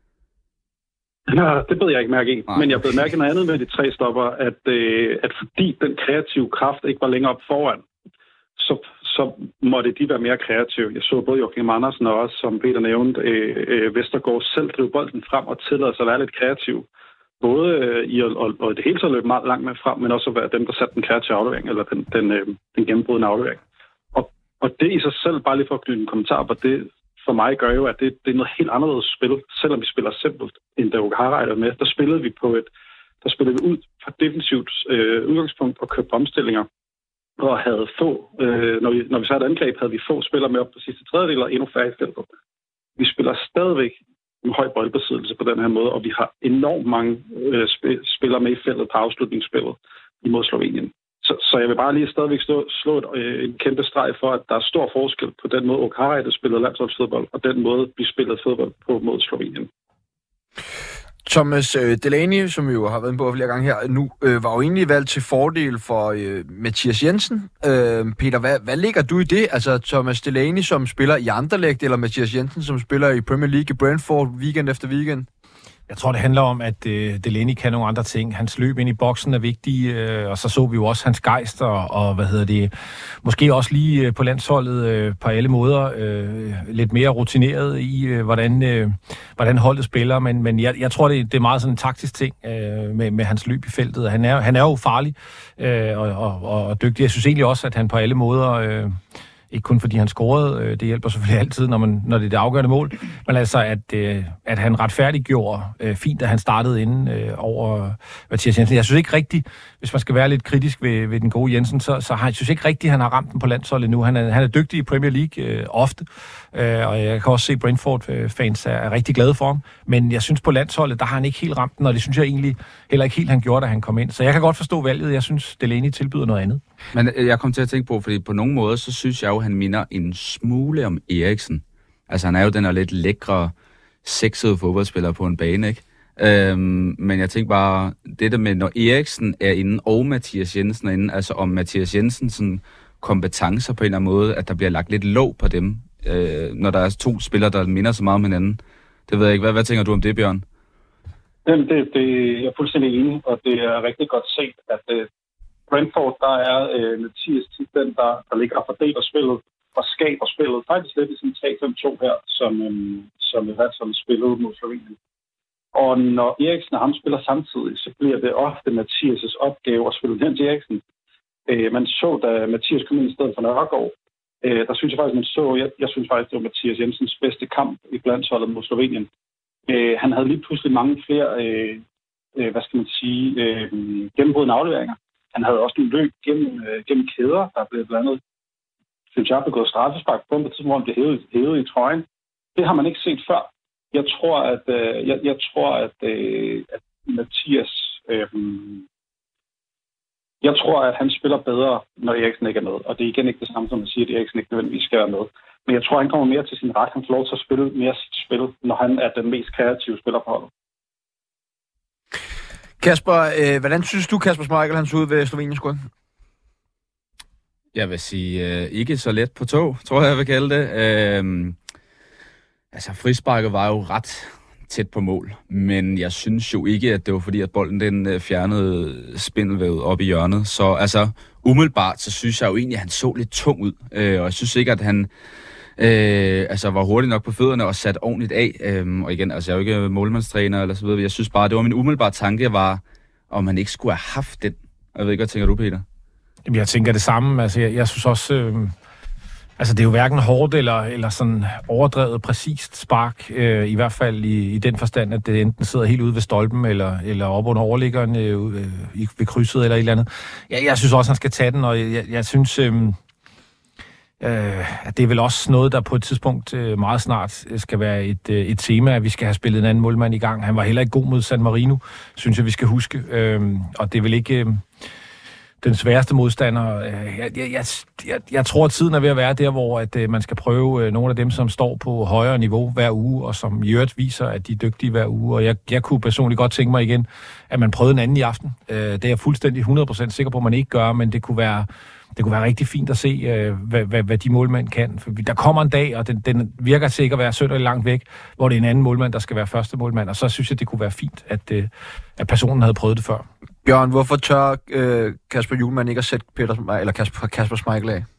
Ja, det bed jeg ikke mærke i. Nej. Men jeg blev mærke noget andet med de tre stopper, at, øh, at fordi den kreative kraft ikke var længere op foran, så, så måtte de være mere kreative. Jeg så både Joachim Andersen og også, som Peter nævnte, øh, øh, Vestergaard selv drive bolden frem og tillade sig at være lidt kreativ. Både øh, i at og, og det hele taget løbe meget langt med frem, men også at være dem, der satte den kreative aflevering, eller den, den, øh, den gennembrudende aflevering. Og, og det i sig selv, bare lige for at knytte en kommentar på det, for mig gør jo, at det, det er noget helt anderledes spil, selvom vi spiller simpelt, end da Okara med. Der spillede vi på et, der spillede vi ud fra defensivt øh, udgangspunkt og kørte omstillinger, og havde få, øh, når vi, når vi så havde et angreb, havde vi få spillere med op på sidste tredjedel og endnu færre i feltet. Vi spiller stadigvæk med høj boldbesiddelse på den her måde, og vi har enormt mange øh, sp- spillere med i feltet på afslutningsspillet imod Slovenien. Så, så jeg vil bare lige stadigvæk slå, slå et, øh, en kæmpe streg for, at der er stor forskel på den måde, Okara der spillede landsholdsfodbold, og den måde, vi spillede fodbold på mod Slovenien. Thomas øh, Delaney, som vi jo har været på flere gange her nu, øh, var jo egentlig valgt til fordel for øh, Mathias Jensen. Øh, Peter, hvad, hvad ligger du i det? Altså Thomas Delaney, som spiller i Anderlecht, eller Mathias Jensen, som spiller i Premier League i Brentford weekend efter weekend? Jeg tror, det handler om, at øh, Delaney kan nogle andre ting. Hans løb ind i boksen er vigtig, øh, og så så vi jo også hans gejst, og, og hvad hedder det, måske også lige øh, på landsholdet øh, på alle måder øh, lidt mere rutineret i, øh, hvordan, øh, hvordan holdet spiller, men, men jeg, jeg tror, det, det er meget sådan en taktisk ting øh, med, med hans løb i feltet. Han er, han er jo farlig øh, og, og, og dygtig. Jeg synes egentlig også, at han på alle måder... Øh, Ikke kun fordi han scorede, det hjælper selvfølgelig altid, når, man, når det er det afgørende mål, men altså, at, at han retfærdiggjorde fint, at han startede inden over Mathias Jensen. Jeg synes ikke rigtigt, hvis man skal være lidt kritisk ved, ved den gode Jensen, så, så har jeg synes ikke rigtigt, at han har ramt den på landsholdet nu. Han er, han er dygtig i Premier League øh, ofte, øh, og jeg kan også se, at Brentford-fans er, er rigtig glade for ham, men jeg synes på landsholdet, der har han ikke helt ramt den, og det synes jeg egentlig heller ikke helt, han gjorde, da han kom ind. Så jeg kan godt forstå valget. Jeg synes, Delaney tilbyder noget andet. Men jeg kom til at tænke på, fordi på nogle måder, så synes jeg jo, han minder en smule om Eriksen. Altså, han er jo den her lidt lækre, sexede fodboldspiller på en bane, ikke? Øhm, men jeg tænker bare, det der med, når Eriksen er inde, og Mathias Jensen er inde, altså om Mathias Jensen sådan kompetencer på en eller anden måde, at der bliver lagt lidt låg på dem, øh, når der er to spillere, der minder så meget om hinanden. Det ved jeg ikke. Hvad, hvad tænker du om det, Bjørn? Jamen, det, det, jeg er fuldstændig enig, og det er rigtig godt set, at øh, Brentford, der er øh, Mathias tit den, der, der ligger og fordeler spillet og skaber spillet. Faktisk lidt i sådan tre fem to her, som, øh, som i hvert fald spillede mod Slovenien. Og når Eriksen og ham spiller samtidig, så bliver det ofte Mathias' opgave at spille hen til Eriksen. Øh, man så, da Mathias kom ind i stedet for Nørgaard, øh, der synes jeg faktisk, man så, jeg, jeg synes faktisk, det var Mathias Jensens bedste kamp i blandsholdet mod Slovenien. Øh, han havde lige pludselig mange flere, øh, øh, hvad skal man sige, øh, gennembrudende afleveringer. Han havde også en løb gennem, øh, gennem kæder, der blev blandt andet, synes jeg, begået straffespark på, på et tidspunkt, hvor han blev hævet, hævet i trøjen. Det har man ikke set før. Jeg tror, at, øh, jeg, jeg tror, at, øh, at Mathias, øh, jeg tror, at han spiller bedre, når Eriksen ikke er med. Og det er igen ikke det samme, som man siger, at Eriksen ikke nødvendigvis skal være med. Men jeg tror, han kommer mere til sin ret. Han får lov til at spille mere sit spil, når han er den mest kreative spiller på holdet. Kasper, øh, hvordan synes du, Kasper Schmeichel, han så ud ved Sloveniens skud? Jeg vil sige, øh, ikke så let på tog, tror jeg, jeg vil kalde det. Øh, altså, frisparket var jo ret tæt på mål, men jeg synes jo ikke, at det var fordi, at bolden den fjernede spindelvævet op i hjørnet. Så altså, umiddelbart, så synes jeg jo egentlig, at han så lidt tung ud, øh, og jeg synes ikke, at han øh, altså, var hurtig nok på fødderne og sat ordentligt af. Øh, og igen, altså, jeg er jo ikke målmandstræner eller så videre. Jeg synes bare, det var min umiddelbare tanke, var, om han ikke skulle have haft den. Jeg ved ikke, hvad tænker du, Peter? Jamen, jeg tænker det samme. Altså, jeg, jeg synes også... Øh... Altså, det er jo hverken hårdt eller, eller sådan overdrevet præcist spark, øh, i hvert fald i, i den forstand, at det enten sidder helt ude ved stolpen, eller, eller op under overliggeren øh, øh, ved krydset, eller et eller andet. Jeg, jeg synes også, han skal tage den, og jeg, jeg synes, øh, øh, at det er vel også noget, der på et tidspunkt øh, meget snart skal være et, øh, et tema, at vi skal have spillet en anden målmand i gang. Han var heller ikke god mod San Marino, synes jeg, vi skal huske. Øh, og det er vel ikke... Øh, den sværeste modstander. Jeg, jeg, jeg, jeg tror, at tiden er ved at være der, hvor at, uh, man skal prøve uh, nogle af dem, som står på højere niveau hver uge, og som i øvrigt viser, at de er dygtige hver uge. Og jeg, jeg kunne personligt godt tænke mig igen, at man prøvede en anden i aften. Uh, det er jeg fuldstændig hundrede procent sikker på, at man ikke gør, men det kunne være det kunne være rigtig fint at se, øh, hvad, hvad, hvad de målmænd kan. For der kommer en dag, og den, den virker sikkert at være sønderligt langt væk, hvor det er en anden målmand, der skal være første målmand, og så synes jeg, det kunne være fint, at, øh, at personen havde prøvet det før. Bjørn, hvorfor tør øh, Kasper Hjulmand ikke at sætte Peter, eller Kasper, Kasper Schmeichel af?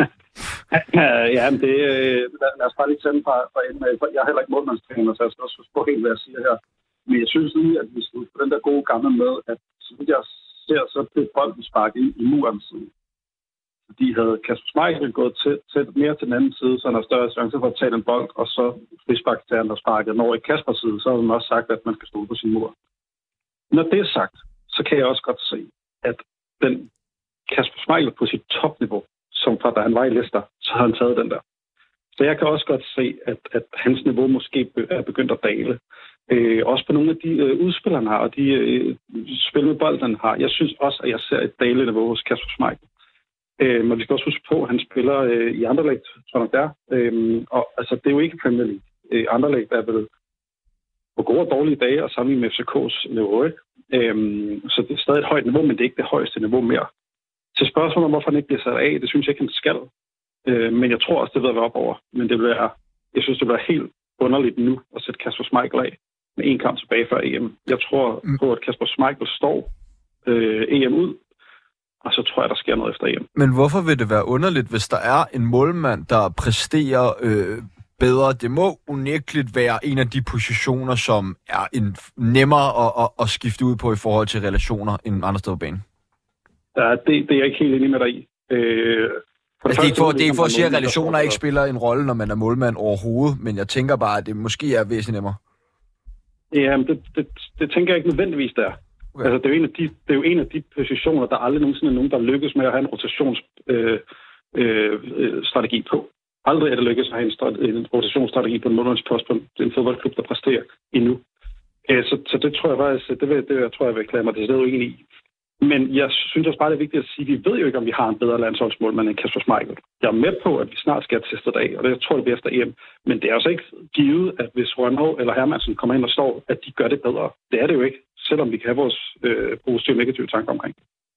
Ja, men det øh, lad os bare lige tænde fra, fra enden af. Jeg er heller ikke målmandstræner, så jeg skal også forstå helt, hvad jeg siger her. Men jeg synes lige, at vi skal på den der gode gamle med, at så vidt jeg ser, så blev bolden sparket ind i murens side. Fordi havde Kasper Schmeichel gået til, til, mere til den anden side, så han har større chance for at tage den bold, og så frispark til han, der sparket den over i Kaspers side, så har man også sagt, at man skal stole på sin mur. Når det er sagt, så kan jeg også godt se, at den Kasper Schmeichel på sit topniveau, som fra da han var i Leicester, så har han taget den der. Så jeg kan også godt se, at, at hans niveau måske er begyndt at dale. Øh, også på nogle af de øh, udspil, han har, og de øh, spil med bold, han har. Jeg synes også, at jeg ser et dalende niveau hos Kasper Schmeichel. Øh, men vi skal også huske på, at han spiller øh, i Anderlecht, tror jeg der. Øh, og altså, det er jo ikke Premier League. Øh, Anderlecht er vel på gode og dårlige dage, og sammenlignet med F C K's niveau, ikke? Øh, så det er stadig et højt niveau, men det er ikke det højeste niveau mere. Til spørgsmålet om, hvorfor han ikke bliver sat af, det synes jeg ikke, han skal. Øh, men jeg tror også, det vil være op over. Men det vil være, jeg synes, det vil være helt underligt nu at sætte Kasper Schmeichel af med en kamp tilbage før E M. Jeg tror på, at Kasper Schmeichel står øh, E M ud, og så tror jeg, der sker noget efter E M. Men hvorfor vil det være underligt, hvis der er en målmand, der præsterer øh, bedre? Det må unægteligt være en af de positioner, som er en nemmere at, at, at skifte ud på i forhold til relationer end andre steder på banen. Ja, det, det er jeg ikke helt enig med dig i. Øh, altså, det er ikke for, det er ikke for at sige, at relationer ikke spiller en rolle, når man er målmand overhovedet, men jeg tænker bare, at det måske er væsentligt nemmere. Ja, men det, det, det tænker jeg ikke nødvendigvis, der. Okay. Altså, det, er jo en af de, det er jo en af de positioner, der aldrig nogensinde er nogen, der lykkes med at have en rotationsstrategi øh, øh, på. Aldrig er det lykkes at have en, strat- en rotationsstrategi på en målmandspost på en fodboldklub, der præsterer endnu. Øh, så, så det tror jeg faktisk, det, vil, det jeg tror jeg vil klare mig, det er jo ikke i. Men jeg synes også bare, det er vigtigt at sige, at vi ved jo ikke, om vi har en bedre landsholdsmålmand end Kasper Schmeichel. Jeg er med på, at vi snart skal have testet af, og det tror jeg bliver efter E M. Men det er altså ikke givet, at hvis Rønhow eller Hermansen kommer ind og står, at de gør det bedre. Det er det jo ikke, selvom vi kan have vores øh, positive og negative tanker omkring.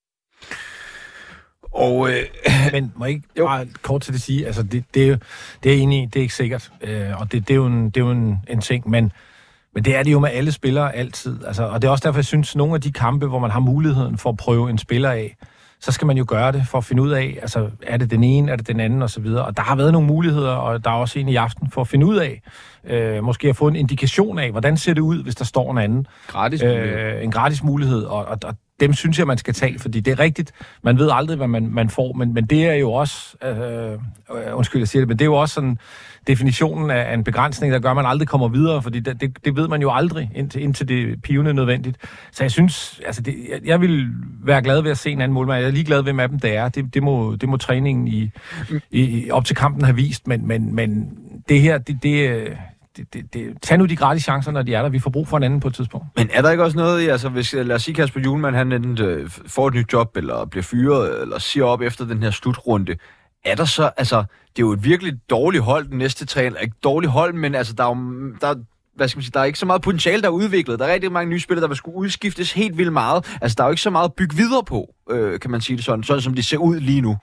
Og, øh, men må jeg ikke jo. bare kort til det sige, altså det, det, er jo, det er jeg enig i, det er ikke sikkert. Øh, og det, det er jo, en, det er jo en, en ting, men Men det er det jo med alle spillere altid. Altså, og det er også derfor, jeg synes, at nogle af de kampe, hvor man har muligheden for at prøve en spiller af, så skal man jo gøre det for at finde ud af, altså, er det den ene, er det den anden, og så videre. Og der har været nogle muligheder, og der er også en i aften for at finde ud af, øh, måske at få en indikation af, hvordan ser det ud, hvis der står en anden. Gratis mulighed. Øh, en gratis mulighed, og, og, og dem synes jeg, man skal tage, fordi det er rigtigt. Man ved aldrig, hvad man, man får, men, men det er jo også, øh, undskyld, jeg siger det, men det er jo også sådan definitionen af en begrænsning, der gør, at man aldrig kommer videre, fordi det, det, det ved man jo aldrig, indtil, indtil det er pivende nødvendigt. Så jeg synes, altså det, jeg, jeg vil være glad ved at se en anden målmand. Jeg er ligeglad ved, hvem det er. Det, det, må, det må træningen i, i, op til kampen have vist, men, men, men det her, det, det Det, det, det, tag nu de gratis chancer, når de er der. Vi får brug for en anden på et tidspunkt. Men er der ikke også noget i, altså hvis, lad os sige, Kasper Hjulmand, han enten øh, får et nyt job, eller bliver fyret, eller siger op efter den her slutrunde, er der så, altså, det er jo et virkelig dårligt hold, den næste træner, ikke dårligt hold, men altså, der er jo, der, hvad skal man sige, der er ikke så meget potentiale, der er udviklet. Der er rigtig mange nye spillere, der vil skulle udskiftes helt vildt meget. Altså, der er jo ikke så meget at bygge videre på, øh, kan man sige det sådan, sådan som det ser ud lige nu.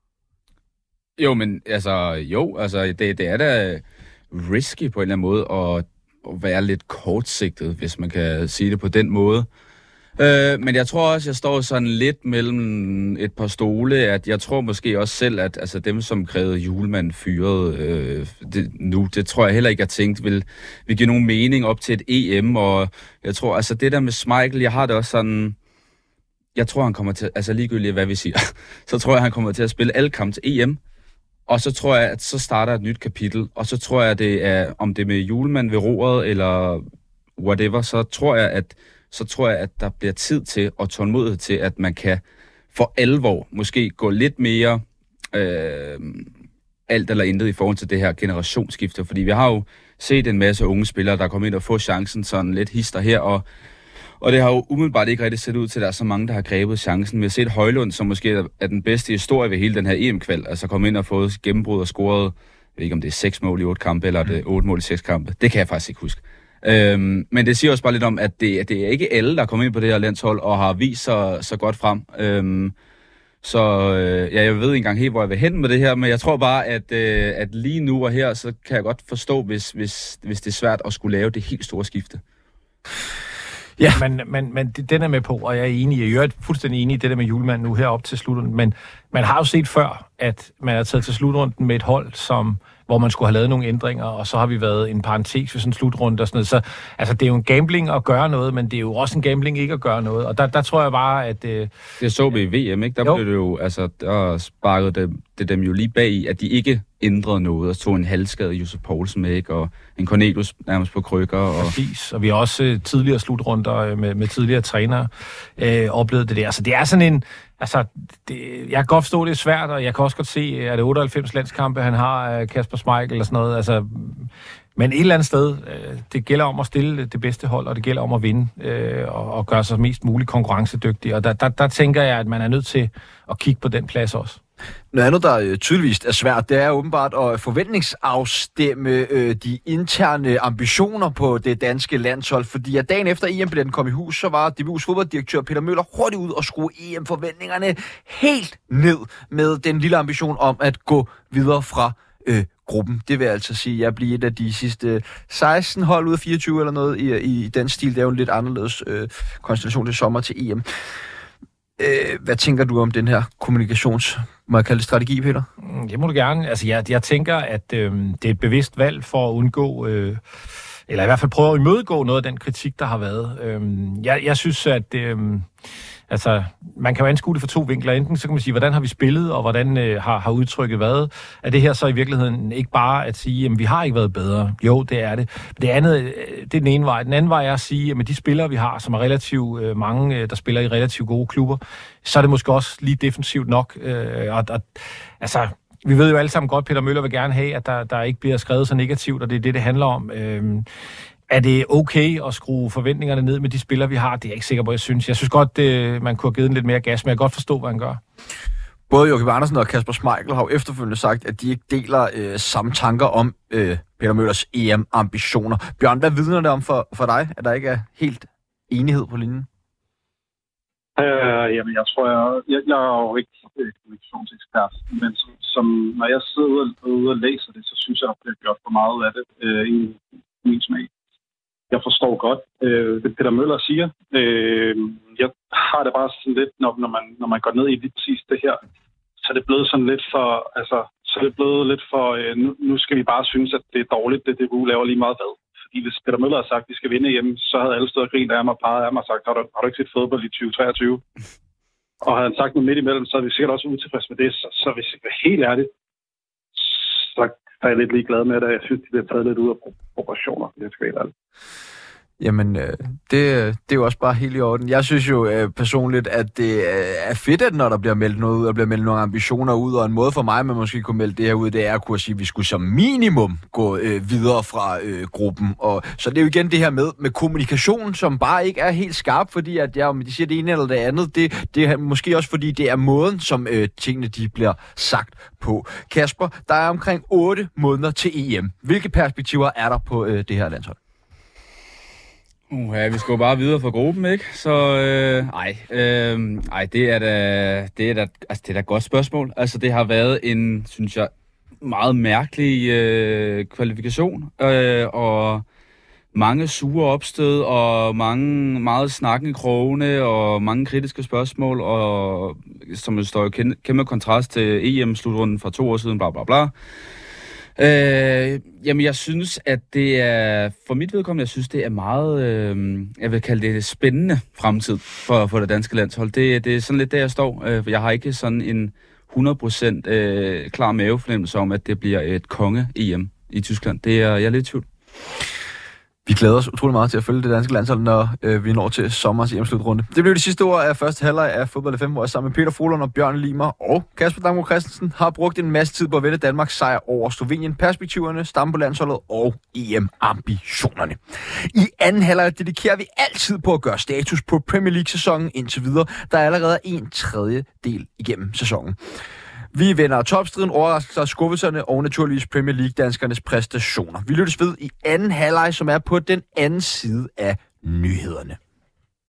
Jo, men altså, jo, altså, det, det er da risky på en eller anden måde at, at være lidt kortsigtet, hvis man kan sige det på den måde. Øh, men jeg tror også, jeg står sådan lidt mellem et par stole, at jeg tror måske også selv, at altså, dem, som krævede Hjulmand fyret øh, det, nu, det tror jeg heller ikke, jeg tænkte vil, vil give nogen mening op til et E M, og jeg tror, altså det der med Schmeichel, jeg har det også sådan, jeg tror, han kommer til, altså ligegyldigt hvad vi siger, så tror jeg, han kommer til at spille alle kampe til E M. Og så tror jeg, at så starter et nyt kapitel, og så tror jeg, det er, om det er med Hjulmand ved roret, eller whatever, så tror jeg, at, så tror jeg, at der bliver tid til, og tålmodighed til, at man kan for alvor måske gå lidt mere øh, alt eller intet i forhold til det her generationsskifte. Fordi vi har jo set en masse unge spillere, der kommer ind og får chancen sådan lidt hister her, og Og det har jo umiddelbart ikke rigtig set ud til, at der er så mange, der har grebet chancen. Vi har set Højlund, som måske er den bedste historie ved hele den her E M-kval. Altså komme ind og fået gennembrud og scoret, jeg ved ikke om det er seks mål i otte kampe, eller det er otte mål i seks kampe. Det kan jeg faktisk ikke huske. Øhm, men det siger også bare lidt om, at det, det er ikke alle, der kommer ind på det her landshold og har vist sig så godt frem. Øhm, Så øh, ja, jeg ved ikke engang helt, hvor jeg vil hen med det her, men jeg tror bare, at, øh, at lige nu og her, så kan jeg godt forstå, hvis, hvis, hvis det er svært at skulle lave det helt store skifte. Ja, men, men, men den er med på, og jeg er enig. Jeg er fuldstændig enig i det der med julemanden nu her op til slutrunden. Men man har jo set før, at man er taget til slutrunden med et hold, som, hvor man skulle have lavet nogle ændringer, og så har vi været en parentes ved sådan en slutrunde og sådan noget. Så altså, det er jo en gambling at gøre noget, men det er jo også en gambling ikke at gøre noget. Og der, der tror jeg bare, at... Øh, det så vi i V M, ikke? Der jo. blev det jo... Altså, der sparkede det, det dem jo lige bag i, at de ikke ændrede noget, og tog en halvskade Josef Poulsen med, ikke? Og en Cornelius nærmest på krykker. Og... Præcis, og vi har også øh, tidligere slutrunder med, med tidligere trænere øh, oplevet det der. Så det er sådan en... Altså, det, jeg kan godt forstå, det er svært, og jeg kan også godt se, at det er otteoghalvfems landskampe, han har, Kasper Schmeichel og sådan noget. Altså, men et eller andet sted, det gælder om at stille det bedste hold, og det gælder om at vinde, og, og gøre sig mest muligt konkurrencedygtig. Og der, der, der tænker jeg, at man er nødt til at kigge på den plads også. Noget andet, der tydeligvis er svært, det er åbenbart at forventningsafstemme øh, de interne ambitioner på det danske landshold, fordi at dagen efter E M-billetten kom i hus, så var D B U's fodbolddirektør Peter Møller hurtigt ud og skrue E M-forventningerne helt ned med den lille ambition om at gå videre fra øh, gruppen. Det vil altså sige, at jeg bliver et af de sidste seksten hold ud af fireogtyve eller noget i, i den stil. Det er jo en lidt anderledes øh, konstellation til sommer til E M. Øh, hvad tænker du om den her kommunikations, må jeg kalde det strategi, Peter? Det må du gerne. Altså, jeg, jeg tænker, at øh, det er et bevidst valg for at undgå, øh, eller i hvert fald prøve at imødegå noget af den kritik, der har været. Øh, jeg, jeg synes, at øh, altså, man kan jo anskue det fra to vinkler. Enten så kan man sige, hvordan har vi spillet, og hvordan øh, har, har udtrykket været. Er det her så i virkeligheden ikke bare at sige, at vi har ikke været bedre? Jo, det er det. Det andet, det er den ene vej. Den anden vej er at sige, at med de spillere, vi har, som er relativt øh, mange, øh, der spiller i relativt gode klubber, så er det måske også lige defensivt nok. Øh, og, og, altså, vi ved jo alle sammen godt, Peter Møller vil gerne have, at der, der ikke bliver skrevet så negativt, og det er det, det handler om. Øh, Er det okay at skrue forventningerne ned med de spillere, vi har? Det er jeg ikke sikker på, jeg synes. Jeg synes godt, det, man kunne have givet den lidt mere gas, men jeg kan godt forstå, hvad han gør. Både Joachim Andersen og Kasper Schmeichel har jo efterfølgende sagt, at de ikke deler øh, samme tanker om øh, Peter Møllers E M-ambitioner. Bjørn, hvad vidner det om for, for dig, at der ikke er helt enighed på linjen? Uh, jamen, jeg tror, jeg, jeg, jeg er jo ikke øh, kommunikationsekspert, men som, som, når jeg sidder ude og, ude og læser det, så synes jeg, at det er gjort for meget af det øh, i min smag. Jeg forstår godt, øh, det Peter Møller siger. Øh, jeg har det bare sådan lidt, når, når, man, når man går ned i lige præcis det her, så er det blevet sådan lidt for, altså, så er det blevet lidt for, øh, nu, nu skal vi bare synes, at det er dårligt, det D B U laver lige meget hvad. Fordi hvis Peter Møller har sagt, at vi skal vinde hjemme, så havde alle stået og grint af mig og peget af mig og sagt, har du, har du ikke set fodbold i tyve treogtyve? Og havde han sagt noget midt imellem, så er vi sikkert også utilfredse med det. Så, så hvis jeg er helt ærligt, så er jeg lidt ligeglad med det. Jeg synes, de bliver taget lidt ud af proportioner, det skal være ærligt. Jamen, øh, det, det er jo også bare helt i orden. Jeg synes jo øh, personligt, at det er fedt, at når der bliver meldt noget ud, og bliver meldt nogle ambitioner ud, og en måde for mig, at man måske kunne melde det her ud, det er at kunne sige, at vi skulle som minimum gå øh, videre fra øh, gruppen. Og, så det er jo igen det her med, med kommunikation, som bare ikke er helt skarp, fordi at ja, om de siger det ene eller det andet, det, det er måske også fordi, det er måden, som øh, tingene de bliver sagt på. Kasper, der er omkring otte måneder til E M. Hvilke perspektiver er der på øh, det her landshold? Uh, ja, vi skal jo bare videre fra gruppen, ikke? Så, øh, ej, øh, ej, det er da, det er da, altså, det er da et godt spørgsmål. Altså, det har været en, synes jeg, meget mærkelig øh, kvalifikation, øh, og mange sure opstød, og mange meget snakken i krogene, og mange kritiske spørgsmål, og som står jo kæmpe, kæmpe kontrast til E M-slutrunden for to år siden, bla bla bla. Øh, jamen, jeg synes, at det er, for mit vedkommende, jeg synes, det er meget, øh, jeg vil kalde det spændende fremtid for, for det danske landshold. Det, det er sådan lidt der, jeg står. Øh, jeg har ikke sådan en hundrede procent øh, klar mavefornemmelse om, at det bliver et konge-E M i Tyskland. Det er jeg er lidt i tvivl. Vi glæder os utrolig meget til at følge det danske landshold, når øh, vi når til sommers E M-slutrunde. Det blev det sidste ord af første halvleg af Fodbold F M, hvor jeg sammen med Peter Frohlund og Bjørn Limer og Kasper Damgaard Christensen har brugt en masse tid på at vinde Danmarks sejr over Slovenien, perspektiverne, stamme på landsholdet og E M-ambitionerne. I anden halvleg dedikerer vi altid på at gøre status på Premier League-sæsonen indtil videre, der er allerede en tredjedel igennem sæsonen. Vi vender topstriden, overraskelser, skuffelserne og naturligvis Premier League-danskernes præstationer. Vi lyttes ved i anden halvleg, som er på den anden side af nyhederne.